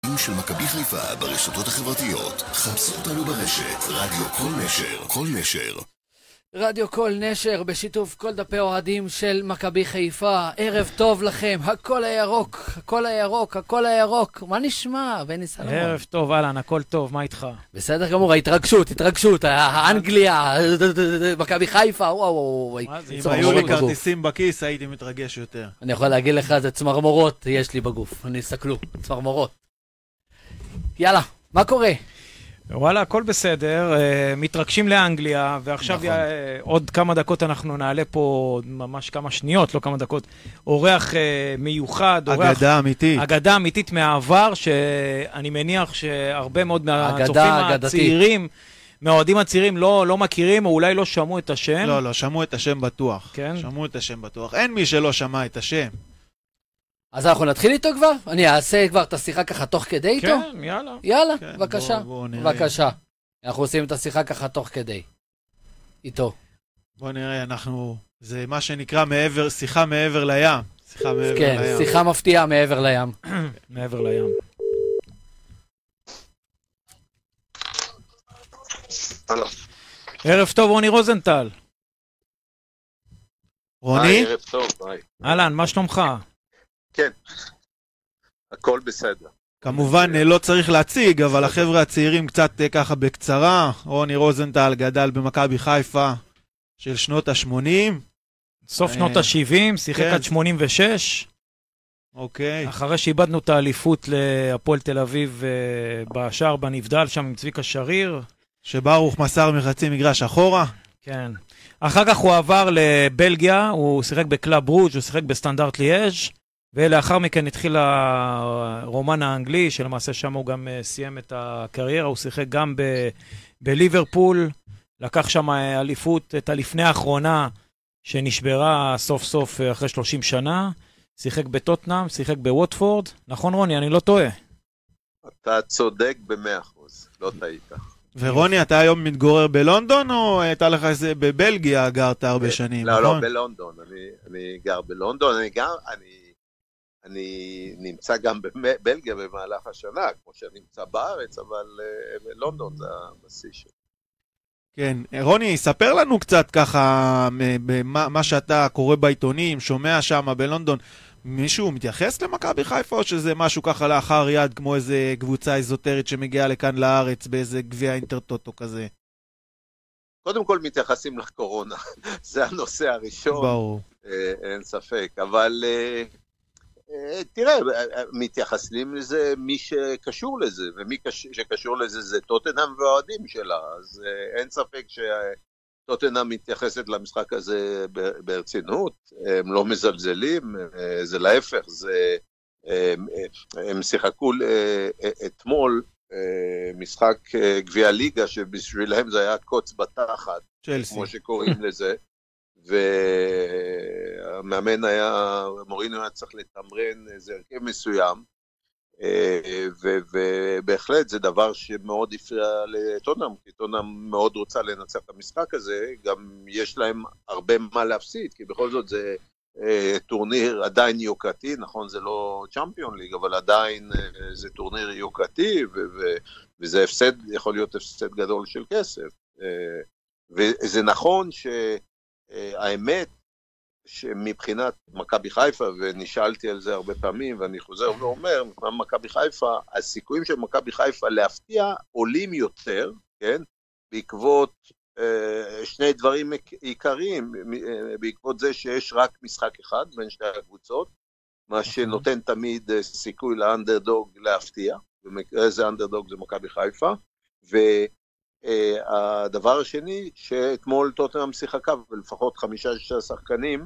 של מכבי חיפה ברשתות החברתיות. חפשו אותנו ברשת רדיו כל נשר. כל נשר. רדיו כל נשר בשיתוף כל דפי אוהדים של מכבי חיפה. ערב טוב לכם, הכל הירוק, הכל הירוק, הכל הירוק. מה נשמע, בני סלומון? ערב טוב, אלן, הכל טוב, מה איתך? בסדר גמור, התרגשות, האנגליה, מכבי חיפה, וואו. אם היו לי כרטיסים בכיס, הייתי מתרגש יותר. אני יכול להגיד לך, זה צמרמורות יש לי בגוף, אני אסתכלו, צמרמורות. יאללה, מה קורה? וואלה, הכל בסדר, מתרגשים לאנגליה, ועכשיו נכון. עוד כמה דקות אנחנו נעלה פה, ממש כמה שניות, לא כמה דקות, אורח מיוחד, אגדה אמיתית. אגדה אמיתית מהעבר, שאני מניח שהרבה מאוד מהצופים הצעירים, מהאוהדים הצעירים לא מכירים, או אולי לא שמעו את השם. לא, שמעו את השם בטוח. כן? שמעו את השם בטוח. אין מי שלא שמע את השם. אז אנחנו נתחיל איתו כבר? אני אעשה כבר את השיחה ככה תוך כדי איתו? כן, יאללה. יאללה, כן, בבקשה. בוא נראה. בבקשה. אנחנו עושים את השיחה ככה תוך כדי. איתו. בוא נראה, זה מה שנקרא שיחה מעבר לים. שיחה מעבר לים. כן, שיחה מפתיעה מעבר לים. מעבר לים. ערב טוב, רוני רוזנטל. רוני? ערב טוב, ביי. אלן, מה שלומך? כן, הכל בסדר. כמובן לא צריך להציג, אבל החבר'ה הצעירים קצת ככה בקצרה. רוני רוזנטל גדל במכבי חיפה של שנות ה-80. סוף שנות ה-70, שיחק כן. עד 86. אוקיי. אחרי שאיבדנו את האליפות להפועל תל אביב בשער בנבדל שם עם צביקה שריר. שברוך מסר מחצי מגרש אחורה. כן. אחר כך הוא עבר לבלגיה, הוא שיחק בקלאב רוז', הוא שיחק בסטנדרט ליאז', ולאחר מכן התחיל הרומן האנגלי, שלמעשה שם הוא גם סיים את הקריירה, הוא שיחק גם בליברפול, לקח שם אליפות, את הלפני האחרונה, שנשברה סוף סוף אחרי 30 שנה, שיחק בטוטנאם, שיחק בווטפורד, נכון רוני, אני לא טועה. אתה צודק ב100%, לא טעית. ורוני, אתה היום מתגורר בלונדון, או הייתה לך איזה בבלגיה גרת הרבה שנים? לא, נכון? לא, בלונדון. אני גר בלונדון, אני נמצא גם בבלגיה במהלך השנה, כמו שאני נמצא בארץ, אבל לונדון זה הבסיס שלי. כן, רוני, ספר לנו קצת ככה, מה שאתה קורא בעיתונים, שומע שם בלונדון, מישהו מתייחס למכבי חיפה, או שזה משהו ככה לאחר יד, כמו איזה קבוצה איזוטרית שמגיעה לכאן לארץ, באיזה גביע אינטרטוטו כזה? קודם כל מתייחסים לקורונה, זה הנושא הראשון, ברור. אין ספק, אבל תראה, מתייחסים לזה מי שקשור לזה, ומי שקשור לזה זה טוטנהאם והאוהדים שלה, אז אין ספק טוטנהאם מתייחסת למשחק הזה ברצינות, הם לא מזלזלים, זה להפך, הם שיחקו אתמול משחק גביע ליגה, שבשבילהם זה היה קוץ בתחת, צ'לסי. כמו שקוראים לזה, והמאמן מוריניו היה צריך לתמרן איזה הרכב מסוים, ובהחלט זה דבר שמאוד הפריע לטוטנהאם, כי טוטנהאם מאוד רוצה לנצח את המשחק הזה, גם יש להם הרבה מה להפסיד, כי בכל זאת זה טורניר עדיין יוקרתי, נכון זה לא צ'אמפיון ליג, אבל עדיין זה טורניר יוקרתי, וזה הפסד, יכול להיות הפסד גדול של כסף, וזה נכון שהאמת, שמבחינת מכבי חיפה, ונשאלתי על זה הרבה פעמים, ואני חוזר ואומר, מבחינת מכבי חיפה, הסיכויים של מכבי חיפה להפתיע עולים יותר, כן? בעקבות שני דברים עיקריים, בעקבות זה שיש רק משחק אחד בין שתי הקבוצות, מה שנותן תמיד סיכוי לאנדרדוג להפתיע, במקרה זה אנדרדוג זה מכבי חיפה, והדבר השני, שאתמול טוטנהאם שיחקה, ולפחות 5-6 שחקנים,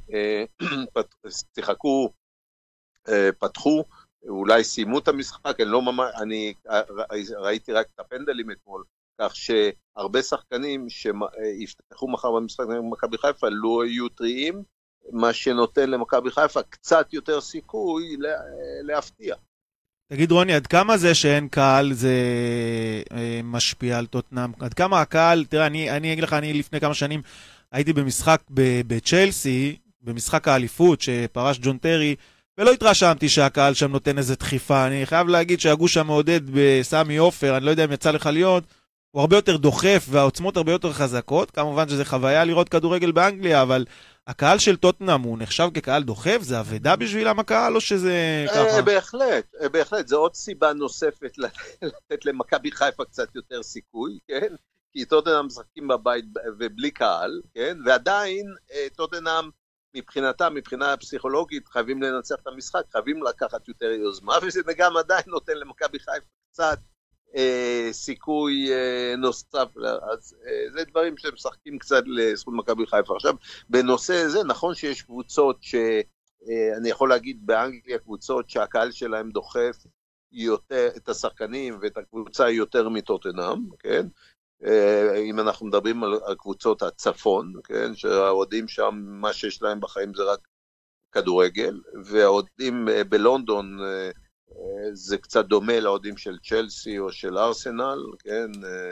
פתחו, אולי סיימו את המשחק, אני ראיתי רק את הפנדלים אתמול, כך שהרבה שחקנים שיפתחו מחר במשחק במכבי חיפה לא יהיו טריים, מה שנותן למכבי חיפה קצת יותר סיכוי להפתיע. תגיד רוני, עד כמה זה שאין קהל זה משפיע על טוטנהאם? עד כמה הקהל, תראה, אני אגיד לך, אני לפני כמה שנים הייתי במשחק בצ'לסי, במשחק האליפות שפרש ג'ון טרי, ולא התרשמתי שהקהל שם נותן איזה דחיפה. אני חייב להגיד שהגוש המעודד בסמי עופר, אני לא יודע אם יצא לך להיות, הוא הרבה יותר דוחף והעוצמות הרבה יותר חזקות. כמובן שזה חוויה לראות כדורגל באנגליה, אבל הקהל של טוטנהאם הוא נחשב כקהל דוחף? זה עבודה בשבילם הקהל או שזה ככה? בהחלט, זו עוד סיבה נוספת לתת למכבי חיפה קצת יותר סיכוי, כן? כי טוטנהאם משחקים בבית ובלי קהל, כן? ועדיין טוטנהאם מבחינה פסיכולוגית חייבים לנצח את המשחק, חייבים לקחת יותר יוזמה, וזה גם עדיין נותן למכבי חיפה קצת סיכוי נוסף, אז זה דברים שמשחקים קצת לזכות מכבי חיפה. עכשיו, בנושא זה נכון שיש קבוצות שאני יכול להגיד באנגליה קבוצות שהקהל שלהם דוחף יותר את השחקנים ואת הקבוצה יותר מטוטנהאם, כן? אם אנחנו מדברים על קבוצות הצפון, כן? שהעודים שם מה שיש להם בחיים זה רק כדורגל, והעודים בלונדון זה קצת דומה לעודים של צ'לסי או של ארסנל, כן?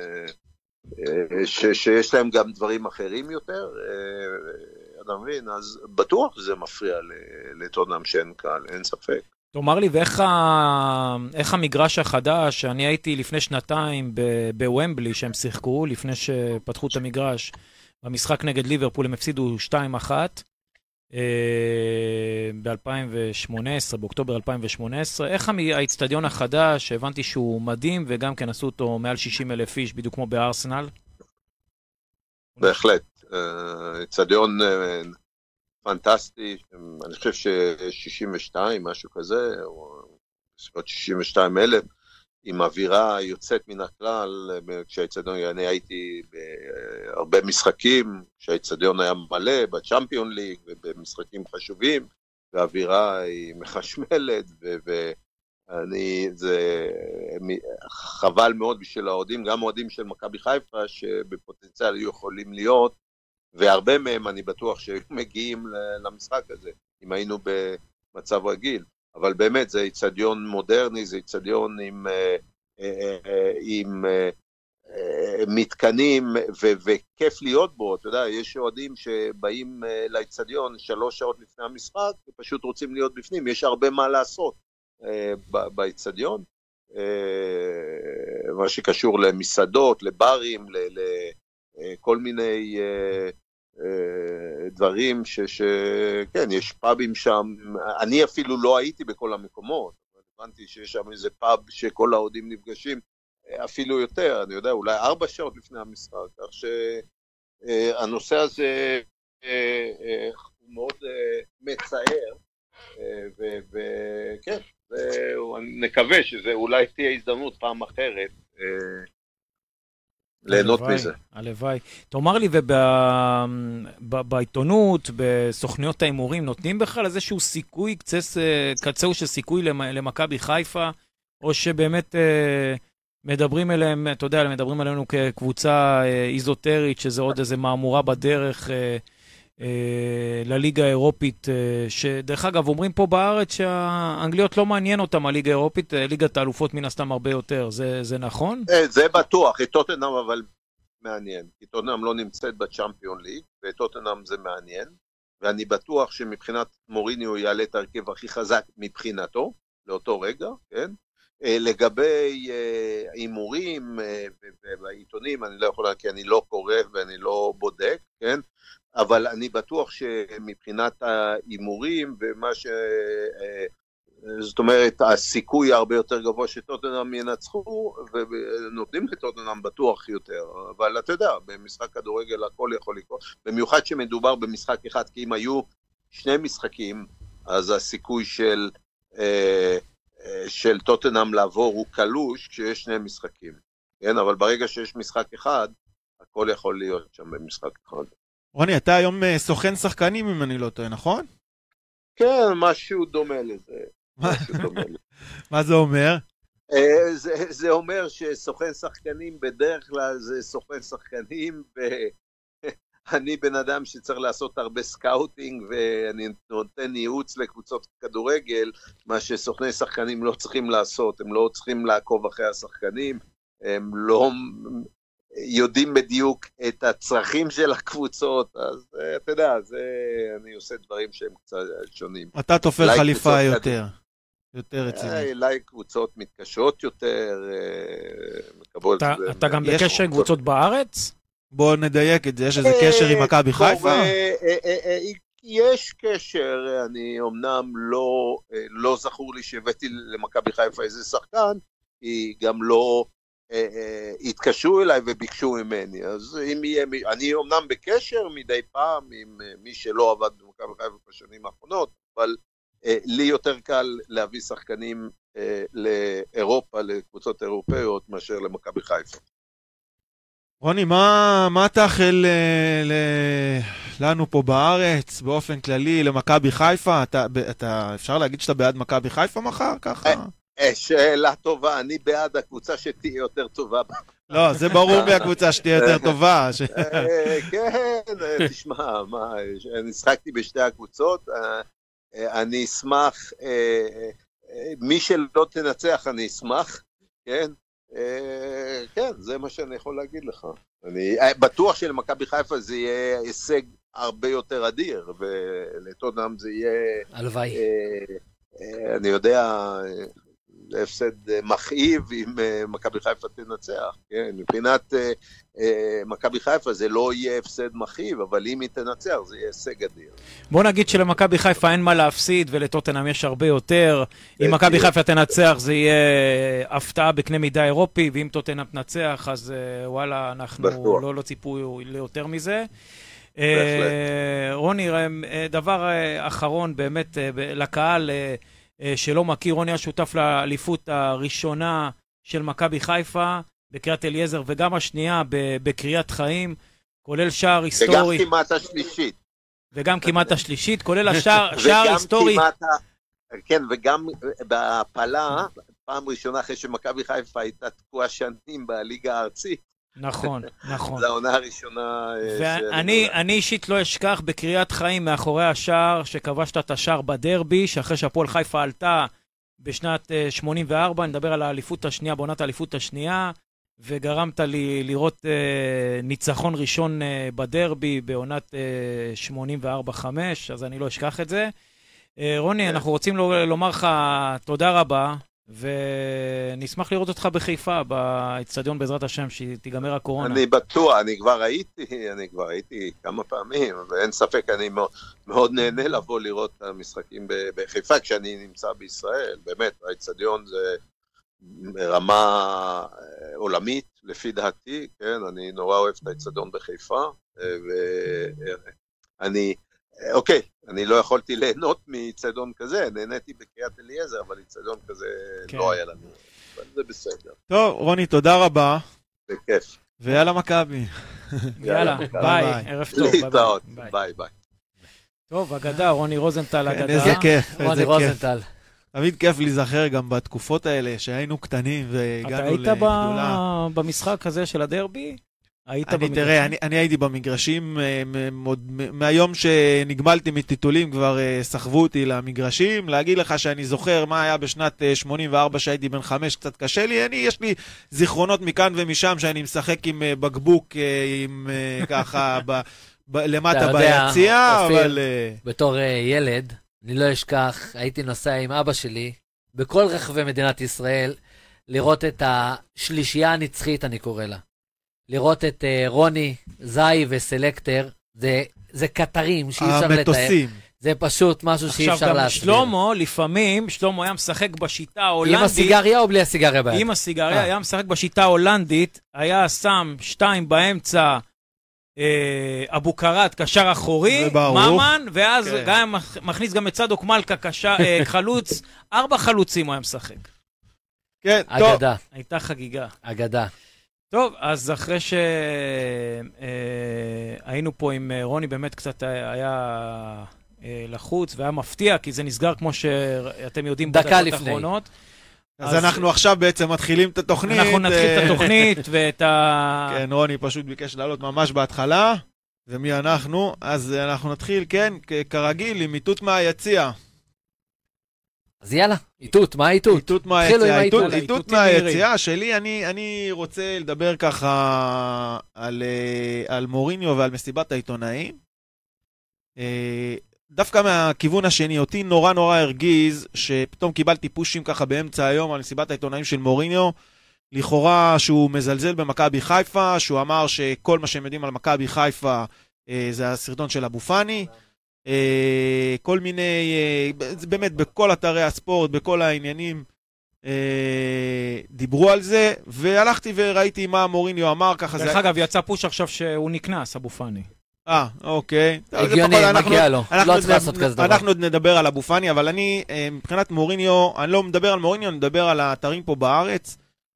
שיש להם גם דברים אחרים יותר, אתה מבין? אז בטוח זה מפריע לטוטנהאם שאין קהל, אין ספק. תאמר לי, ואיך המגרש החדש, אני הייתי לפני שנתיים בוומבלי, שהם שיחקו, לפני שפתחו את המגרש, במשחק נגד ליברפול, הם הפסידו 2-1, ב-2018, באוקטובר 2018, איך האצטדיון החדש, הבנתי שהוא מדהים, וגם כן עשו אותו מעל 60,000 איש, בדיוק כמו בארסנל. בהחלט, אצטדיון פנטסטי, אני חושב ש-62, משהו כזה, או 62,000, עם אווירה יוצאת מן הכלל, כשהאצטדיון, אני הייתי בהרבה משחקים, כשהאצטדיון היה מלא, בצ'אמפיון ליג, ובמשחקים חשובים, והאווירה היא מחשמלת, זה חבל מאוד בשביל העודים, גם העודים של מכבי חיפה, שבפוטנציאל היו יכולים להיות, והרבה מהם אני בטוח שמגיעים למשחק הזה, אם היינו במצב רגיל. אבל באמת זה אצטדיון מודרני, זה אצטדיון עם מתקנים, וכיף להיות בו. אתה יודע, יש אוהדים שבאים לאצטדיון 3 שעות לפני המשחק, ופשוט רוצים להיות בפנים. יש הרבה מה לעשות באצטדיון, מה שקשור למסעדות, לברים, לכל מיני דברים כן, יש פאבים שם, אני אפילו לא הייתי בכל המקומות, אבל הבנתי שיש שם איזה פאב שכל העודים נפגשים, אפילו יותר, אני יודע, אולי 4 שעות לפני המשחק, כך שהנושא הזה הוא מאוד מצער, וכן, אני מקווה שזה אולי תהיה הזדמנות פעם אחרת, ליהנות מזה. הלוואי. תאמר לי, ובעיתונות, בסוכניות האימורים, נותנים בכלל איזשהו סיכוי, קצהו של סיכוי למכבי חיפה, או שבאמת מדברים אליהם, אתה יודע, מדברים עלינו כקבוצה איזוטרית, שזה עוד איזה מאמורה בדרך לליגה האירופית, שדרך אגב אומרים פה בארץ שהאנגליות לא מעניין אותם הליגה האירופית, ליגת האלופות מן הסתם הרבה יותר, זה נכון? זה בטוח, את טוטנהאם אבל מעניין, כי טוטנהאם לא נמצאת בצ'אמפיון ליג, ואת טוטנהאם זה מעניין, ואני בטוח שמבחינת מוריניו הוא יעלה את הרכב הכי חזק מבחינתו, לאותו רגע, כן? לגבי אימורים והעיתונים, אני לא יכול, כי אני לא קורא ואני לא בודק, כן? אבל אני בטוח שמבחינת האימורים ומה זאת אומרת, הסיכוי הרבה יותר גבוה שטוטנהאם ינצחו, ונותנים לטוטנהאם בטוח יותר. אבל אתה יודע, במשחק כדורגל הכל יכול לקרות, במיוחד שמדובר במשחק אחד, כי אם היו 2 משחקים, אז הסיכוי של טוטנהאם לעבור הוא קלוש כשיש 2 משחקים. כן, אבל ברגע שיש משחק אחד, הכל יכול להיות שם במשחק אחד. רוני, אתה היום סוכן שחקנים אם אני לא טועה, נכון? כן, משהו דומה לזה. מה זה אומר? זה אומר שסוכן שחקנים בדרך כלל זה סוכן שחקנים, ואני בן אדם שצריך לעשות הרבה סקאוטינג, ואני נותן ייעוץ לקבוצות כדורגל, מה שסוכני שחקנים לא צריכים לעשות, הם לא צריכים לעקוב אחרי השחקנים, הם לא יודעים בדיוק את הצרכים של הקבוצות, אז אתה יודע, אני עושה דברים שהם קצת שונים. אתה תופר חליפה יותר רציני. אולי קבוצות מתקשות יותר, אתה גם בקשר עם קבוצות בארץ? בוא נדייק את זה, יש איזה קשר עם מכבי חיפה? יש קשר, אני אמנם לא זכור לי שהבאתי למכבי חיפה איזה שחקן, כי גם לא התקשרו אליי וביקשו ממני, אז אם יהיה, אני אמנם בקשר מדי פעם עם מי שלא עבד במכבי חיפה בשנים האחרונות, אבל לי יותר קל להביא שחקנים לאירופה, לקבוצות אירופאיות, מאשר למכבי חיפה. רוני, מה תאחל לנו פה בארץ, באופן כללי, למכבי חיפה? אפשר להגיד שאתה בעד מכבי חיפה מחר, ככה? שאלה טובה, אני בעד הקבוצה שתהיה יותר טובה. לא, זה ברור מהקבוצה שתהיה יותר טובה. כן, תשמע, אני שחקתי בשתי הקבוצות, אני אשמח, מי שלא תנצח אני אשמח, כן? כן, זה מה שאני יכול להגיד לך. אני בטוח שלמכבי חיפה זה יהיה הישג הרבה יותר אדיר, ולטוטנהאם זה יהיה... הלוואי. אני יודע, הפסד מכאיב אם מכבי חיפה תנצח. כן? מבחינת מכבי חיפה זה לא יהיה הפסד מכאיב, אבל אם היא תנצח זה יהיה הישג אדיר. בוא נגיד שלמכבי חיפה אין מה להפסיד, ולטוטנהאם יש הרבה יותר. אם מכבי חיפה תנצח זה יהיה הפתעה בקנה מידה אירופי, ואם טוטנהאם תנצח אז וואלה, אנחנו לא ציפו ליותר מזה. רוני, דבר אחרון באמת לקהל שלא מכיר, רוני השותף לאליפות הראשונה של מכבי חיפה בקריית אליעזר, וגם השנייה בקריית חיים, כולל שער היסטורי. וגם כמעט השלישית. כולל השער היסטורי. כן, וגם בהפלה, פעם ראשונה אחרי שמכבי חיפה הייתה תקועה שנים בליגה הארצית. נכון. זו העונה הראשונה. ואני אישית לא אשכח בקריית חיים מאחורי השער, שכבשת את השער בדרבי, שאחרי שהפועל חיפה עלתה בשנת 84, נדבר על האליפות השנייה, בעונת האליפות השנייה, וגרמת לי לראות ניצחון ראשון בדרבי בעונת 84-5, אז אני לא אשכח את זה. רוני, אנחנו רוצים לומר לך תודה רבה, ונשמח לראות אותך בחיפה, באצטדיון בעזרת השם, שתיגמר הקורונה. אני בטוח, אני כבר הייתי כמה פעמים, ואין ספק, אני מאוד נהנה לבוא לראות את המשחקים בחיפה, כשאני נמצא בישראל, באמת, האצטדיון זה רמה עולמית, לפי דעתי, כן, אני נורא אוהב את האצטדיון בחיפה, ואני... אוקיי, אני לא יכולתי ליהנות מאצטדיון כזה, נהניתי בקריית אליעזר, אבל אצטדיון כזה לא היה לנו, אבל זה בסדר. טוב, רוני, תודה רבה. בכיף. ויאללה מכבי. יאללה, ביי, ערב טוב. להתראות, ביי. טוב, אגדה, רוני רוזנטל, אגדה. איזה כיף, רוני רוזנטל. תמיד כיף להיזכר גם בתקופות האלה, שהיינו קטנים והגענו לגדולה. אתה היית במשחק הזה של הדרבי? תראה, אני הייתי במגרשים, מהיום שנגמלתי מטיטולים כבר סחבו אותי למגרשים, להגיד לך שאני זוכר מה היה בשנת 84 שהייתי בן 5, קצת קשה לי, יש לי זיכרונות מכאן ומשם שאני משחק עם בקבוק, עם ככה למטה ביציאה, אבל... בתור ילד, אני לא אשכח, הייתי נוסע עם אבא שלי, בכל רחבי מדינת ישראל, לראות את השלישייה הנצחית, אני קורא לה. לראות את רוני, זי וסלקטר, זה קטרים שאי אפשר לתאר. המטוסים. זה פשוט משהו שאי אפשר להסביר. עכשיו גם שלמה, לפעמים, שלמה היה משחק בשיטה ההולנדית. עם הסיגריה או בלי הסיגריה ביד? עם הסיגריה, היה משחק בשיטה ההולנדית, היה שם 2 באמצע, אבו קרת, קשר אחורי, ממן, ואז גם מכניס גם את צדוק מלכה, חלוץ, 4 חלוצים הוא היה משחק. כן, טוב. אגדה. הייתה חגיגה. אגדה. טוב, אז אחרי שהיינו פה עם רוני, באמת קצת היה לחוץ והיה מפתיע, כי זה נסגר כמו שאתם יודעים דקה לפני. אז אנחנו עכשיו בעצם מתחילים את התוכנית. אנחנו נתחיל את התוכנית ואת כן, רוני פשוט ביקש לעלות ממש בהתחלה, ומי אנחנו? אז אנחנו נתחיל, כן, כרגיל, עם איתות מהיציע. אז יאללה, איתות, מה האיתות? איתות התחילו עם מהיציאה, האיתות. איתות מהיציאה שלי, אני רוצה לדבר ככה על מוריניו ועל מסיבת העיתונאים. דווקא מהכיוון השני, אותי נורא נורא הרגיז, שפתאום קיבלתי פושים ככה באמצע היום על מסיבת העיתונאים של מוריניו, לכאורה שהוא מזלזל במכבי חיפה, שהוא אמר שכל מה שהם יודעים על מכבי חיפה זה הסרטון של אבו פאני, כל מיני, באמת בכל אתרי הספורט, בכל העניינים דיברו על זה, והלכתי וראיתי מה מוריניו אמר ככה. דרך אגב, יצא פוש עכשיו שהוא נקנס, אבו פאני. אוקיי. הגיוני, מגיע לו. לא צריך לעשות כזה דבר. אנחנו עוד נדבר על אבו פאני, אבל אני, מבחינת מוריניו, אני לא מדבר על מוריניו, אני מדבר על האתרים פה בארץ.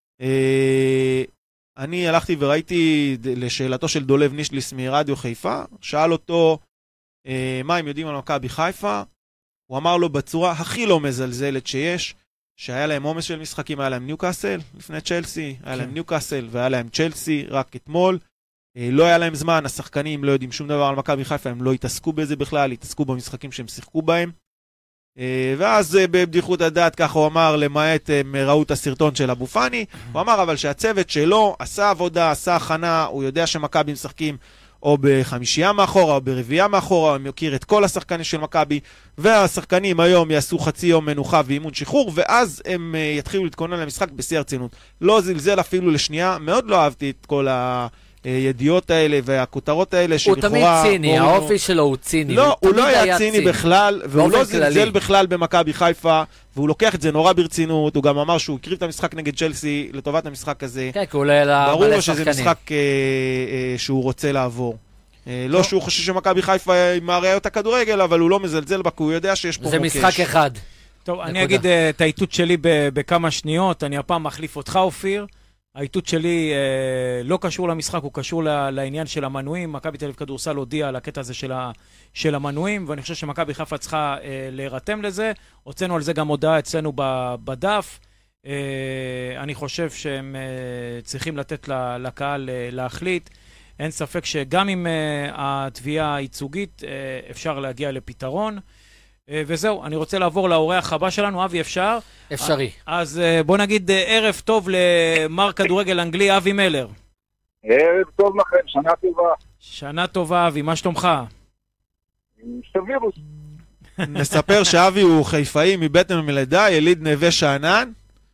אני הלכתי וראיתי לשאלתו של דולב נישליס מרדיו חיפה, שאל אותו מה הם יודעים על מכבי חיפה, הוא אמר לו בצורה הכי לא מזלזלת שיש, שהיה להם עומס של משחקים, היה להם ניוקאסל לפני צ'לסי, היה להם ניוקאסל והיה להם צ'לסי רק אתמול, לא היה להם זמן, השחקנים לא יודעים שום דבר על מכבי חיפה, הם לא התעסקו בזה בכלל, התעסקו במשחקים שהם שיחקו בהם, ואז בבדיחות הדעת ככה הוא אמר, למעט הם ראו את הסרטון של אבו פאני, הוא אמר אבל שהצוות שלו עשה עבודה, עשה הכנה, הוא יודע שמכבי משחקים או בחמישייה מאחורה או ברביעייה מאחורה, הוא מכיר את כל השחקנים של מכבי, והשחקנים היום יעשו חצי יום מנוחה ואימון שחרור, ואז הם יתחילו להתכונן למשחק בשיא הרצינות. לא זלזל אפילו לשנייה, מאוד לא אהבתי את כל הידיעות האלה והכותרות האלה הוא תמיד ציני, האופי שלו הוא ציני. לא, הוא לא היה ציני בכלל, והוא לא זלזל בכלל במכבי חיפה, והוא לוקח את זה נורא ברצינות, הוא גם אמר שהוא הקריב את המשחק נגד צ'לסי לטובת המשחק הזה. כן, כי הוא לא היה ברור לו שזה משחק שהוא רוצה לעבור. לא שהוא חושב שמכבי חיפה מערער את הכדורגל, אבל הוא לא מזלזל בה, כי הוא יודע שיש פה מוקש. זה משחק אחד. טוב, אני אגיד את האיתות שלי בכמה שניות, אני הפעם מחליף אותך אופיר. האיתות שלי לא קשור למשחק, הוא קשור לעניין של המנויים. מכבי תל אביב כדורסל הודיע על הקטע הזה של המנויים, ואני חושב שמכבי חיפה צריכה להירתם לזה. הוצאנו על זה גם הודעה אצלנו בדף. אני חושב שהם צריכים לתת לקהל להחליט. אין ספק שגם עם התביעה הייצוגית אפשר להגיע לפתרון. וזהו, אני רוצה לעבור לאורח הבא שלנו, אבי, אפשר? אפשרי. אז בוא נגיד ערב טוב למר כדורגל אנגלי, אבי מלר. ערב טוב לכם, שנה טובה. שנה טובה, אבי, מה שלומך? סבירוס. נספר שאבי הוא חיפאי מבטן מלידה, יליד נווה שאנן.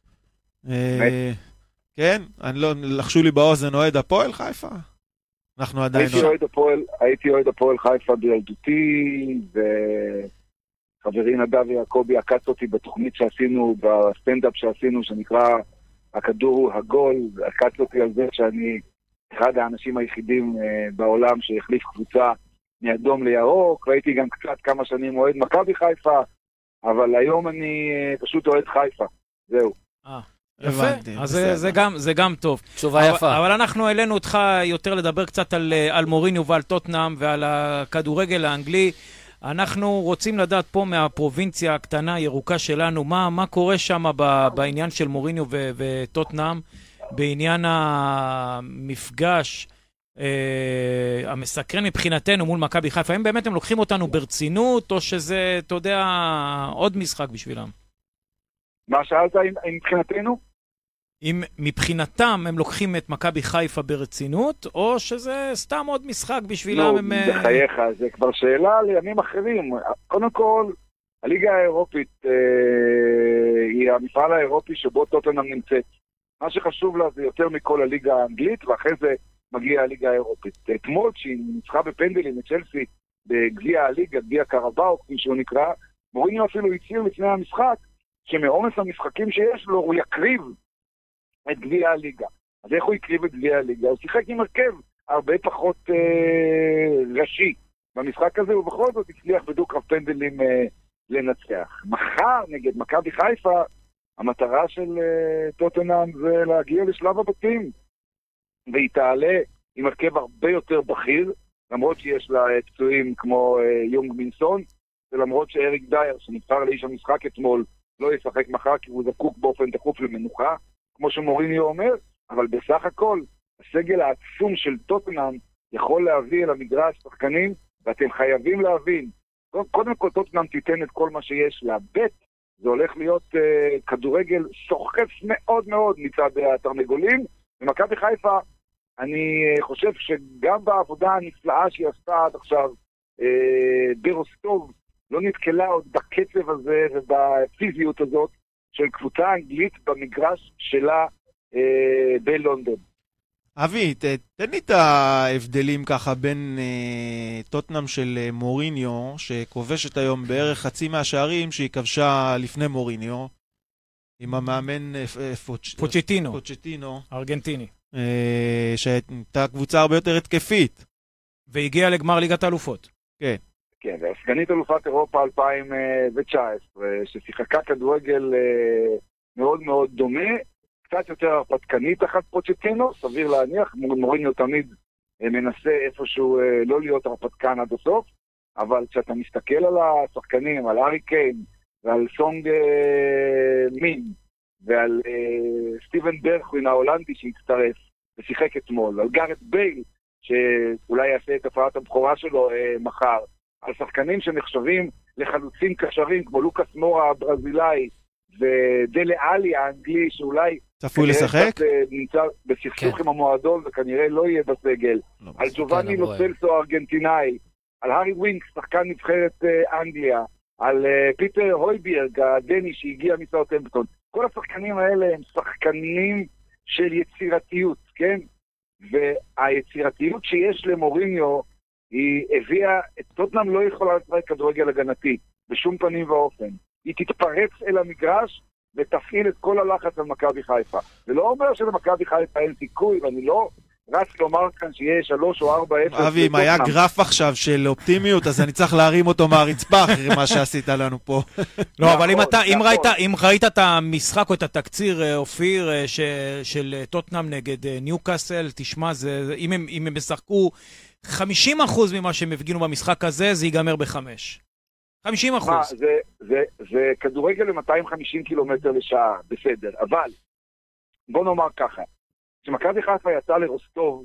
כן, לחשו לי באוזן אוהד הפועל חיפה. אנחנו עדיין... הייתי אוהד הפועל חיפה בילדותי, חברי נדב ויעקבי עקץ אותי בתוכנית שעשינו, בסטנדאפ שעשינו, שנקרא הכדור הוא הגול, עקץ אותי על זה שאני אחד האנשים היחידים בעולם שהחליף קבוצה מאדום לירוק, והייתי גם קצת כמה שנים אוהד מכבי חיפה, אבל היום אני פשוט אוהד חיפה, זהו. יפה, אז זה גם טוב. תשובה יפה. אבל אנחנו העלינו אותך יותר לדבר קצת על מוריניו ועל טוטנהאם ועל הכדורגל האנגלי. אנחנו רוצים לדעת פה מהפרובינציה הקטנה הירוקה שלנו, מה קורה שם בעניין של מוריניו וטוטנהאם, בעניין המפגש המסקרן מבחינתנו מול מכבי חיפה. האם באמת הם לוקחים אותנו ברצינות, או שזה, אתה יודע, עוד משחק בשבילם? מה שאלת מבחינתנו? אם מבחינתם הם לוקחים את מכבי חיפה ברצינות, או שזה סתם עוד משחק בשבילם? לא, בחייך, זה כבר שאלה לימים אחרים. קודם כל, הליגה האירופית היא המפעל האירופי שבו טוטנהאם נמצאת. מה שחשוב לה זה יותר מכל הליגה האנגלית, ואחרי זה מגיעה הליגה האירופית. אתמול, שהיא ניצחה בפנדלים את צ'לסי בגביע הליגה, גביע קרבאו, כפי שהוא נקרא, מוריניו אפילו הצהיר לפני המשחק, שמעומס המשחקים שיש לו, הוא יקריב את גביע הליגה. אז איך הוא יקריב את גביע הליגה? הוא שיחק עם הרכב הרבה פחות ראשי במשחק הזה, ובכל זאת הצליח בדו-קרב פנדלים לנצח. מחר נגד מכבי חיפה, המטרה של טוטנהאם זה להגיע לשלב הבתים, והיא תעלה עם הרכב הרבה יותר בכיר, למרות שיש לה פצועים כמו יונג מינסון, ולמרות שאריק דייר, שנבחר לאיש המשחק אתמול, לא ישחק מחר כי הוא זקוק באופן דחוף למנוחה, כמו שמוריניו אומר, אבל בסך הכל, הסגל העצום של טוטנהאם יכול להביא אל המגרש שחקנים, ואתם חייבים להבין, קודם כל טוטנהאם תיתן את כל מה שיש לה, ב' זה הולך להיות כדורגל סוחף מאוד מאוד מצד התרנגולים, ומכבי חיפה, אני חושב שגם בעבודה הנפלאה שהיא עשתה עד עכשיו, ברוסטוב לא נתקלה עוד בקצב הזה ובפיזיות הזאת של קבוצה אנגלית במגרש שלה בלונדון. אבי, תן לי את ההבדלים ככה בין טוטנהאם של מוריניו, שכובשת היום בערך חצי מהשערים שהיא כבשה לפני מוריניו, עם המאמן פוצ'טינו, ארגנטיני, שהייתה קבוצה הרבה יותר התקפית. והגיעה לגמר ליגת האלופות. כן. כן, והסגנית אלופת אירופה 2019, ששיחקה כדורגל מאוד מאוד דומה, קצת יותר הרפתקנית תחת פוצ'טינו, סביר להניח, מוריניו תמיד מנסה איפשהו לא להיות הרפתקן עד הסוף, אבל כשאתה מסתכל על השחקנים, על הארי קיין, ועל סונג מין, ועל סטיבן ברכווין ההולנדי שהצטרף ושיחק אתמול, ועל גארט בייל, שאולי יעשה את הפעלת הבכורה שלו מחר, על שחקנים שנחשבים לחלוצים קשרים, כמו לוקאס מורה הברזילאי, ודלה אלי האנגלי, שאולי צפוי לשחק? נמצא בסכסוך עם המועדון, וכנראה לא יהיה בסגל. על ג'ובאני לוסלסו הארגנטינאי, על הארי ווינקס, שחקן נבחרת אנגליה, על פיטר הויבירג הדני שהגיע מסאות'המפטון. כל השחקנים האלה הם שחקנים של יצירתיות, כן? והיצירתיות שיש למוריניו היא הביאה, טוטנהאם לא יכולה לשחק כדורגל הגנתי בשום פנים ואופן. היא תתפרץ אל המגרש ותפעיל את כל הלחץ על מכבי חיפה. זה לא אומר שלמכבי חיפה אין סיכוי, ואני לא רץ לומר כאן שיהיה 3 או 4-0. אבי, אם היה גרף עכשיו של אופטימיות, אז אני צריך להרים אותו מהרצפה אחרי מה שעשית לנו פה. לא, אבל אם ראית את המשחק או את התקציר, אופיר, של טוטנהאם נגד ניוקאסל, תשמע, אם הם משחקו 50% ממה שהם הפגינו במשחק הזה, זה ייגמר ב5. 50%. זה כדורגל ל-250 קילומטר לשעה, בסדר, אבל בוא נאמר ככה, כשמכבי חיפה יצאה לרוסטוב,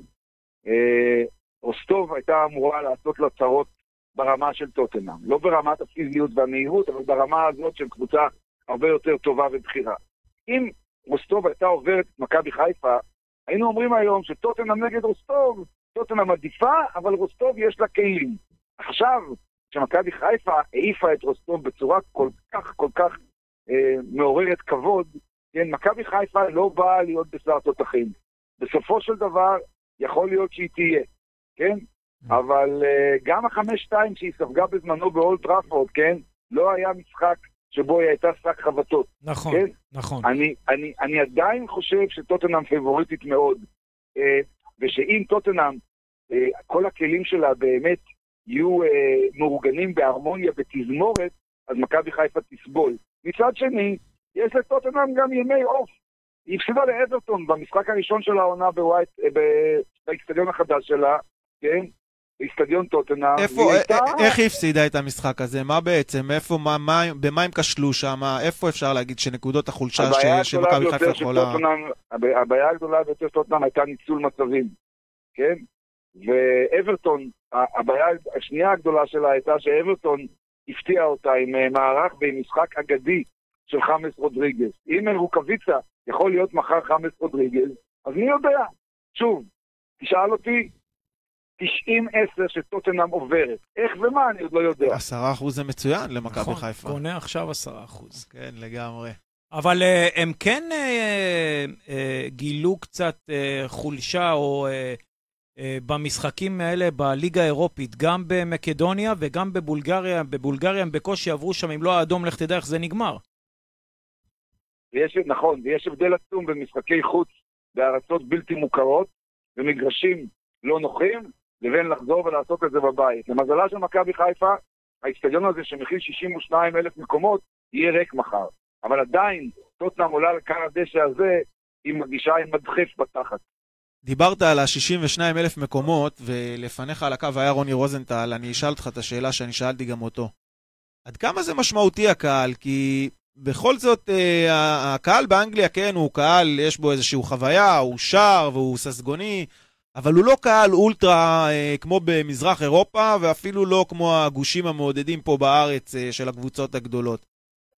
רוסטוב הייתה אמורה לעשות לה צרות ברמה של טוטנהאם, לא ברמת הפיזיות והמהירות, אבל ברמה הזאת של קבוצה הרבה יותר טובה ובחירה. אם רוסטוב הייתה עוברת את מכבי חיפה, היינו אומרים היום שטוטנהאם נגד רוסטוב, טוטנהאם עדיפה, אבל רוסטוב יש לה כלים. עכשיו, כשמכבי חיפה העיפה את רוסטוב בצורה כל כך מעוררת כבוד, כן, מכבי חיפה לא באה להיות בשר תותחים. בסופו של דבר, יכול להיות שהיא תהיה, כן? אבל גם ה5-2 שהיא ספגה בזמנו באולד טראפורד, כן? לא היה משחק שבו היא הייתה שק חבטות. נכון, כן? נכון. אני עדיין חושב שטוטנהאם פייבוריטית מאוד, ושאם טוטנהאם, כל הכלים שלה באמת יהיו מאורגנים בהרמוניה, בתזמורת, אז מכבי חיפה תסבול. מצד שני, יש לטוטנהאם גם ימי אוף. היא הפסידה לאברטון במשחק הראשון של העונה באצטדיון החדש שלה, כן? באצטדיון טוטנהאם. איך היא הפסידה את המשחק הזה? מה בעצם? במה הם כשלו שם? איפה אפשר להגיד שנקודות החולשה שמכבי חיפה יכולה? הבעיה הגדולה ביותר של טוטנהאם הייתה ניצול מצבים, כן? ואברטון, הבעיה השנייה הגדולה שלה הייתה שאברטון הפתיעה אותה עם מערך במשחק אגדי של חמאס רודריגז. אם רוקביצה יכול להיות מחר חמאס רודריגז, אז מי יודע? שוב, תשאל אותי, 90-10 שטוטנהאם עוברת. איך ומה, אני עוד לא יודע. 10% זה מצוין למכבי חיפה. קונה עכשיו 10%. כן, לגמרי. אבל הם כן גילו קצת חולשה או במשחקים האלה בליגה האירופית, גם במקדוניה וגם בבולגריה. בבולגריה הם בקושי עברו שם, אם לא האדום, לך תדע איך זה נגמר. נכון, ויש הבדל עצום במשחקי חוץ בארצות בלתי מוכרות, במגרשים לא נוחים, לבין לחזור ולעשות את זה בבית. למזלה של מכבי חיפה, האצטדיון הזה שמכיל 62,000 מקומות, יהיה ריק מחר. אבל עדיין, טוטנהאם עולה לכאן הדשא הזה, היא מגישה עם מדחף בתחת. דיברת על ה-62,000 מקומות, ולפניך על הקו היה רוני רוזנטל, אני אשאל אותך את השאלה שאני שאלתי גם אותו. עד כמה זה משמעותי הקהל? כי בכל זאת, הקהל באנגליה, כן, הוא קהל, יש בו איזושהי חוויה, הוא שר והוא ססגוני, אבל הוא לא קהל אולטרה כמו במזרח אירופה, ואפילו לא כמו הגושים המעודדים פה בארץ של הקבוצות הגדולות.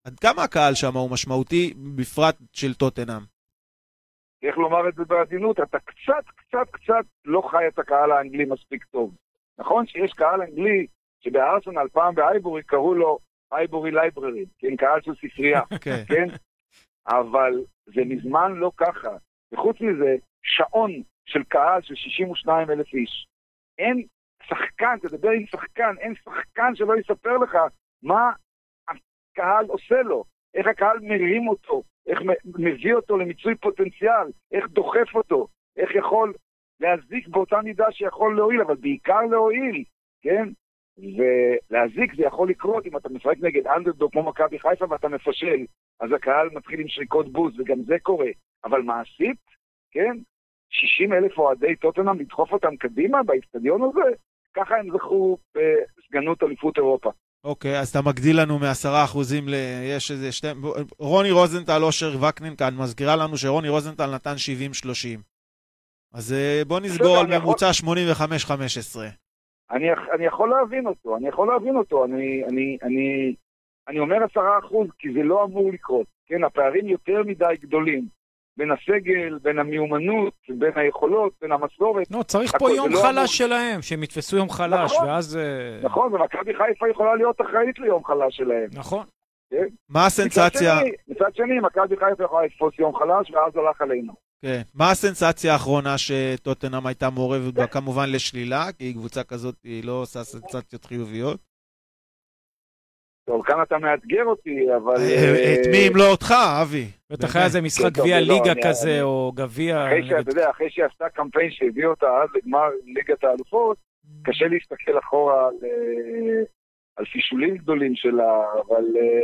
עד כמה הקהל שם הוא משמעותי, בפרט של טוטנהאם? איך לומר את זה בעדינות, אתה קצת לא חי את הקהל האנגלי מספיק טוב. נכון שיש קהל אנגלי שבארסנל פעם באייבורי קראו לו אייבורי לייבררי, כן, קהל של ספרייה, כן? אבל זה מזמן לא ככה. וחוץ מזה, שעון של קהל של 62,000 איש. אין שחקן, תדבר עם שחקן, אין שחקן שלא יספר לך מה הקהל עושה לו, איך הקהל מרים אותו, איך מביא אותו למיצוי פוטנציאל, איך דוחף אותו, איך יכול להזיק באותה מידה שיכול להועיל, אבל בעיקר להועיל, כן? ולהזיק זה יכול לקרות אם אתה משחק נגד אנדרדוג כמו מכבי חיפה ואתה מפשל, אז הקהל מתחיל עם שריקות בוז, וגם זה קורה. אבל מעשית, כן? 60,000 אוהדי טוטנהאם, לדחוף אותם קדימה באצטדיון הזה, ככה הם זכו בסגנות אליפות אירופה. אוקיי, אז אתה מגדיל לנו מ10% יש איזה רוני רוזנטל, אושר וקנין כאן, מזכירה לנו שרוני רוזנטל נתן 70-30. אז בוא נסגור על ממוצע 85-15. אני יכול להבין אותו, אני אומר 10%, כי זה לא אמור לקרות. כן, הפערים יותר מדי גדולים. בין הסגל, בין המיומנות, בין היכולות, בין המסורת. לא, צריך פה יום חלש שלהם, שהם יתפסו יום חלש, ואז... נכון, ומכבי חיפה יכולה להיות אחראית ליום חלש שלהם. נכון. מה הסנסציה? מצד שני, מכבי חיפה יכולה לתפוס יום חלש, ואז הלך עלינו. כן. מה הסנסציה האחרונה שטוטנהאם הייתה מעורבת בה, כמובן לשלילה, כי קבוצה כזאת היא לא עושה סנסציות חיוביות? טוב, כאן אתה מאתגר אותי, אבל... את מי אם לא אותך, אבי? בטח היה איזה משחק גביע ליגה כזה, או גביע... אחרי שעשתה קמפיין שהביא אותה אז לגמר ליגת האלופות, קשה להסתכל אחורה על פישולים גדולים שלה, אבל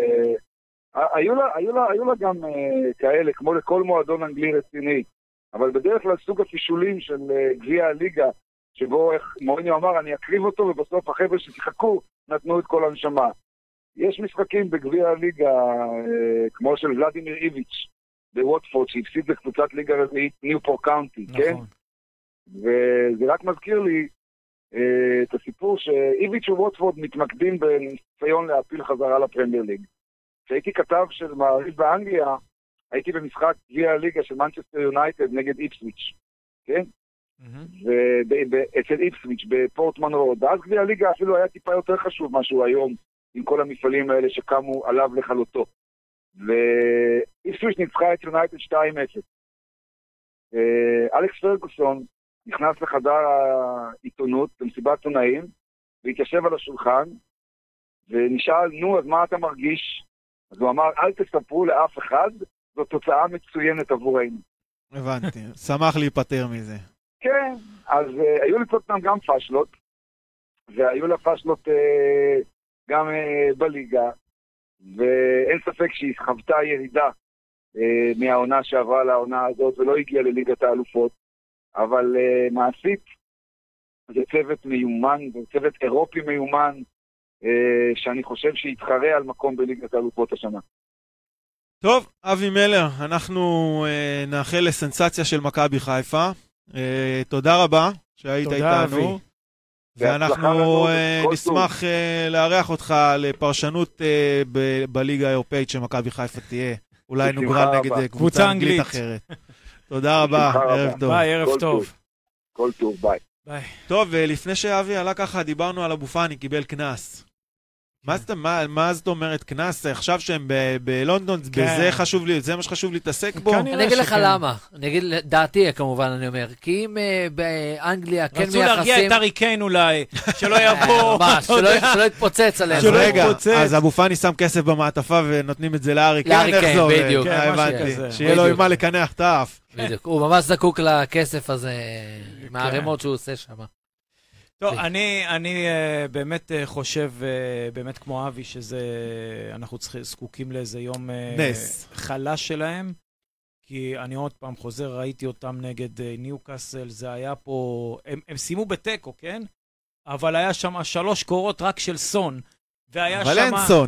היו לה גם כאלה, כמו לכל מועדון אנגלי רציני, אבל בדרך כלל סוג הפישולים של גביע הליגה, שבו מוריניו אמר, אני אקריב אותו, ובסוף החבר'ה ששיחקו נתנו את כל הנשמה. יש משחקים בגביע הליגה, כמו של ולדימיר איביץ' בווטפורד, שהפסיד לקבוצת ליגה רביעית, ניופורט קאונטי, כן? וזה רק מזכיר לי את הסיפור שאיביץ' וווטפורד מתמקדים בניסיון להפיל חזרה לפרמייר ליג. כשהייתי כתב של מעריב באנגליה, הייתי במשחק גביע הליגה של מנצ'סטר יונייטד נגד איפסוויץ', כן? אצל איפסוויץ' בפורטמן רוד. אז גביע הליגה אפילו היה טיפה יותר חשוב משהו היום, עם כל המפעלים האלה שקמו עליו לכלותו. ואיפסוויץ' ניצחה את יונייטד 2-0. אלכס פרגוסון נכנס לחדר העיתונות במסיבת עיתונאים, והתיישב על השולחן, ונשאל, נו, אז מה אתה מרגיש? אז הוא אמר, אל תספרו לאף אחד, זו תוצאה מצוינת עבורנו. הבנתי, שמח להיפטר מזה. כן, אז היו לטוטנהאם גם פשלות, והיו לה פשלות גם בליגה, ואין ספק שהיא חוותה ירידה מהעונה שעברה לעונה הזאת, ולא הגיעה לליגת האלופות, אבל מעשית זה צוות מיומן, זה צוות אירופי מיומן, שאני חושב שיתחרה על מקום בליגת האלופות השנה. טוב, אבי מלר, אנחנו נאחל לסנסציה של מכבי חיפה. תודה רבה שהיית איתנו. ואנחנו נשמח לארח אותך לפרשנות בליגה האירופאית שמכבי חיפה תהיה. אולי נוגרל נגד קבוצה אנגלית אחרת. תודה רבה, ערב טוב. ביי, ערב טוב. כל טוב, ביי. טוב, לפני שאבי עלה ככה, דיברנו על אבו פאני, קיבל כנס. מה זאת אומרת כנס? עכשיו שהם בלונדון, בזה חשוב לי, זה מה שחשוב להתעסק בו? אני אגיד לך למה, אני אגיד דעתי כמובן, אני אומר, כי אם באנגליה כן מייחסים... רצו להרגיע את ארי קיין אולי, שלא יבוא... ממש, שלא יתפוצץ עליהם. רגע, אז אבו פאני שם כסף במעטפה ונותנים את זה לארי קיין, לארי קיין, בדיוק. שיהיה לו עם מה לקנח את האף. בדיוק, הוא ממש זקוק לכסף הזה, מהרמות שהוא עושה שם. טוב, אני באמת חושב, באמת כמו אבי, אנחנו זקוקים לאיזה יום חלש שלהם, כי אני עוד פעם חוזר, ראיתי אותם נגד ניוקאסל, זה היה פה, הם סיימו בטקו, כן? אבל היה שם 3 קורות רק של סון, אבל אין סון.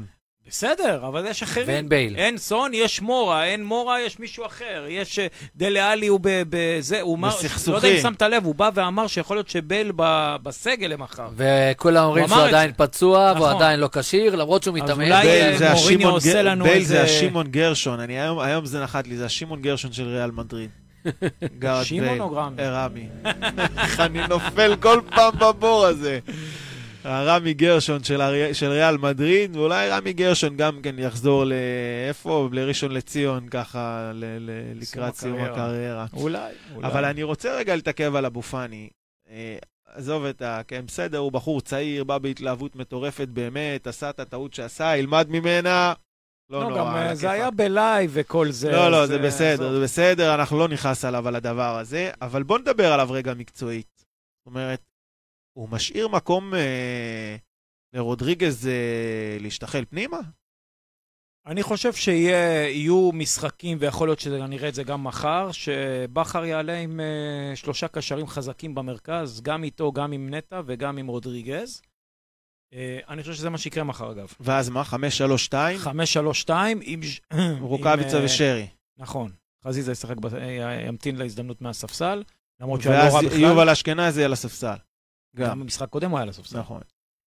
בסדר, אבל יש אחרים. ואין בייל. אין סון, יש מורה, אין מורה, יש מישהו אחר. יש דלה אלי, הוא בזה, הוא אמר, בסכסוכים. לא יודע אם שמת לב, הוא בא ואמר שיכול להיות שבייל בסגל למחר. וכולם אומרים שהוא עדיין פצוע, והוא נכון. עדיין לא כשיר, למרות שהוא מתאמן. אולי מוריניו עושה לנו בייל איזה... זה השמעון גרשון, היום זה נחת לי, זה השמעון גרשון של ריאל מדריד. שמעון או גרמי? רמי. איך אני נופל כל פעם בבור הזה. הרמי גרשון של ריאל מדריד, ואולי רמי גרשון גם כן יחזור לאיפה? לראשון לציון, ככה, לקראת סיום הקריירה. אולי. אבל אני רוצה רגע לתעכב על אבו פאני. עזוב את כן, בסדר, הוא בחור צעיר, בא בהתלהבות מטורפת באמת, עשה את הטעות שעשה, ילמד ממנה. לא, גם זה היה בלייב וכל זה. לא, זה בסדר, זה בסדר, אנחנו לא נכנס עליו על הדבר הזה, אבל בוא נדבר עליו רגע מקצועית. זאת אומרת, הוא משאיר מקום לרודריגז להשתחל פנימה? אני חושב שיהיו משחקים, ויכול להיות שנראה את זה גם מחר, שבחר יעלה עם 3 קשרים חזקים במרכז, גם איתו, גם עם נטה וגם עם רודריגז. אני חושב שזה מה שיקרה מחר, אגב. ואז מה? 5-3-2? 5-3-2 עם... רוקאביצה ושרי. נכון. חזיזה ימתין להזדמנות מהספסל, למרות שהוא לא רע בכלל. ואז יובל אשכנזי על הספסל. גם במשחק קודם הוא היה לספסל. נכון.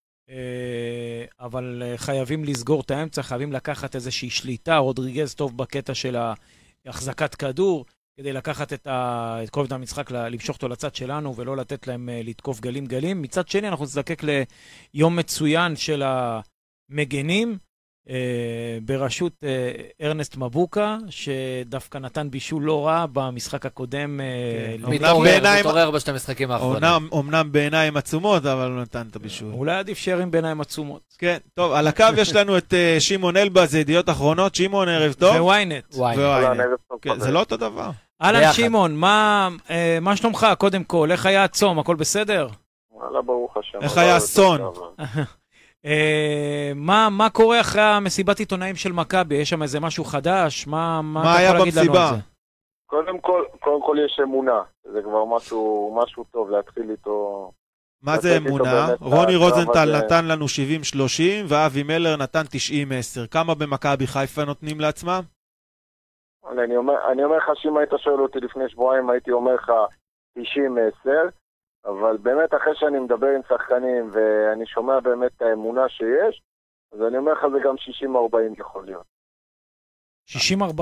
אבל חייבים לסגור את האמצע, חייבים לקחת איזושהי שליטה, רודריגז טוב בקטע של החזקת כדור, כדי לקחת את כובד המשחק, למשוך אותו לצד שלנו, ולא לתת להם לתקוף גלים. מצד שני, אנחנו נזדקק ליום מצוין של המגנים, בראשות ארנסט מבוקה, שדווקא נתן בישול לא רע במשחק הקודם. מתעורר בשתי המשחקים האחרונים. אמנם בעיניים עצומות, אבל לא נתן את הבישול. אולי עדיף שערים בעיניים עצומות. כן, טוב, על הקו יש לנו את שמעון אלבז, ידיעות אחרונות. שמעון, ערב טוב. וויינט. זה לא אותו דבר. אהלן שמעון, מה שלומך קודם כל? איך היה הצום? הכל בסדר? וואלה, ברוך השם. איך היה אסון? מה קורה אחרי המסיבת עיתונאים של מכבי? יש שם איזה משהו חדש? מה היה במסיבה? קודם כל יש אמונה. זה כבר משהו טוב להתחיל איתו. מה זה אמונה? רוני רוזנטל נתן לנו 70-30 ואבי מלר נתן 90-10. כמה במכבי חיפה נותנים לעצמם? אני אומר לך שאם היית שואל אותי לפני שבועיים הייתי אומר לך 90-10, אבל באמת אחרי שאני מדבר עם שחקנים ואני שומע באמת את האמונה שיש, אז אני אומר לך זה גם 60-40 יכול להיות. 60-40?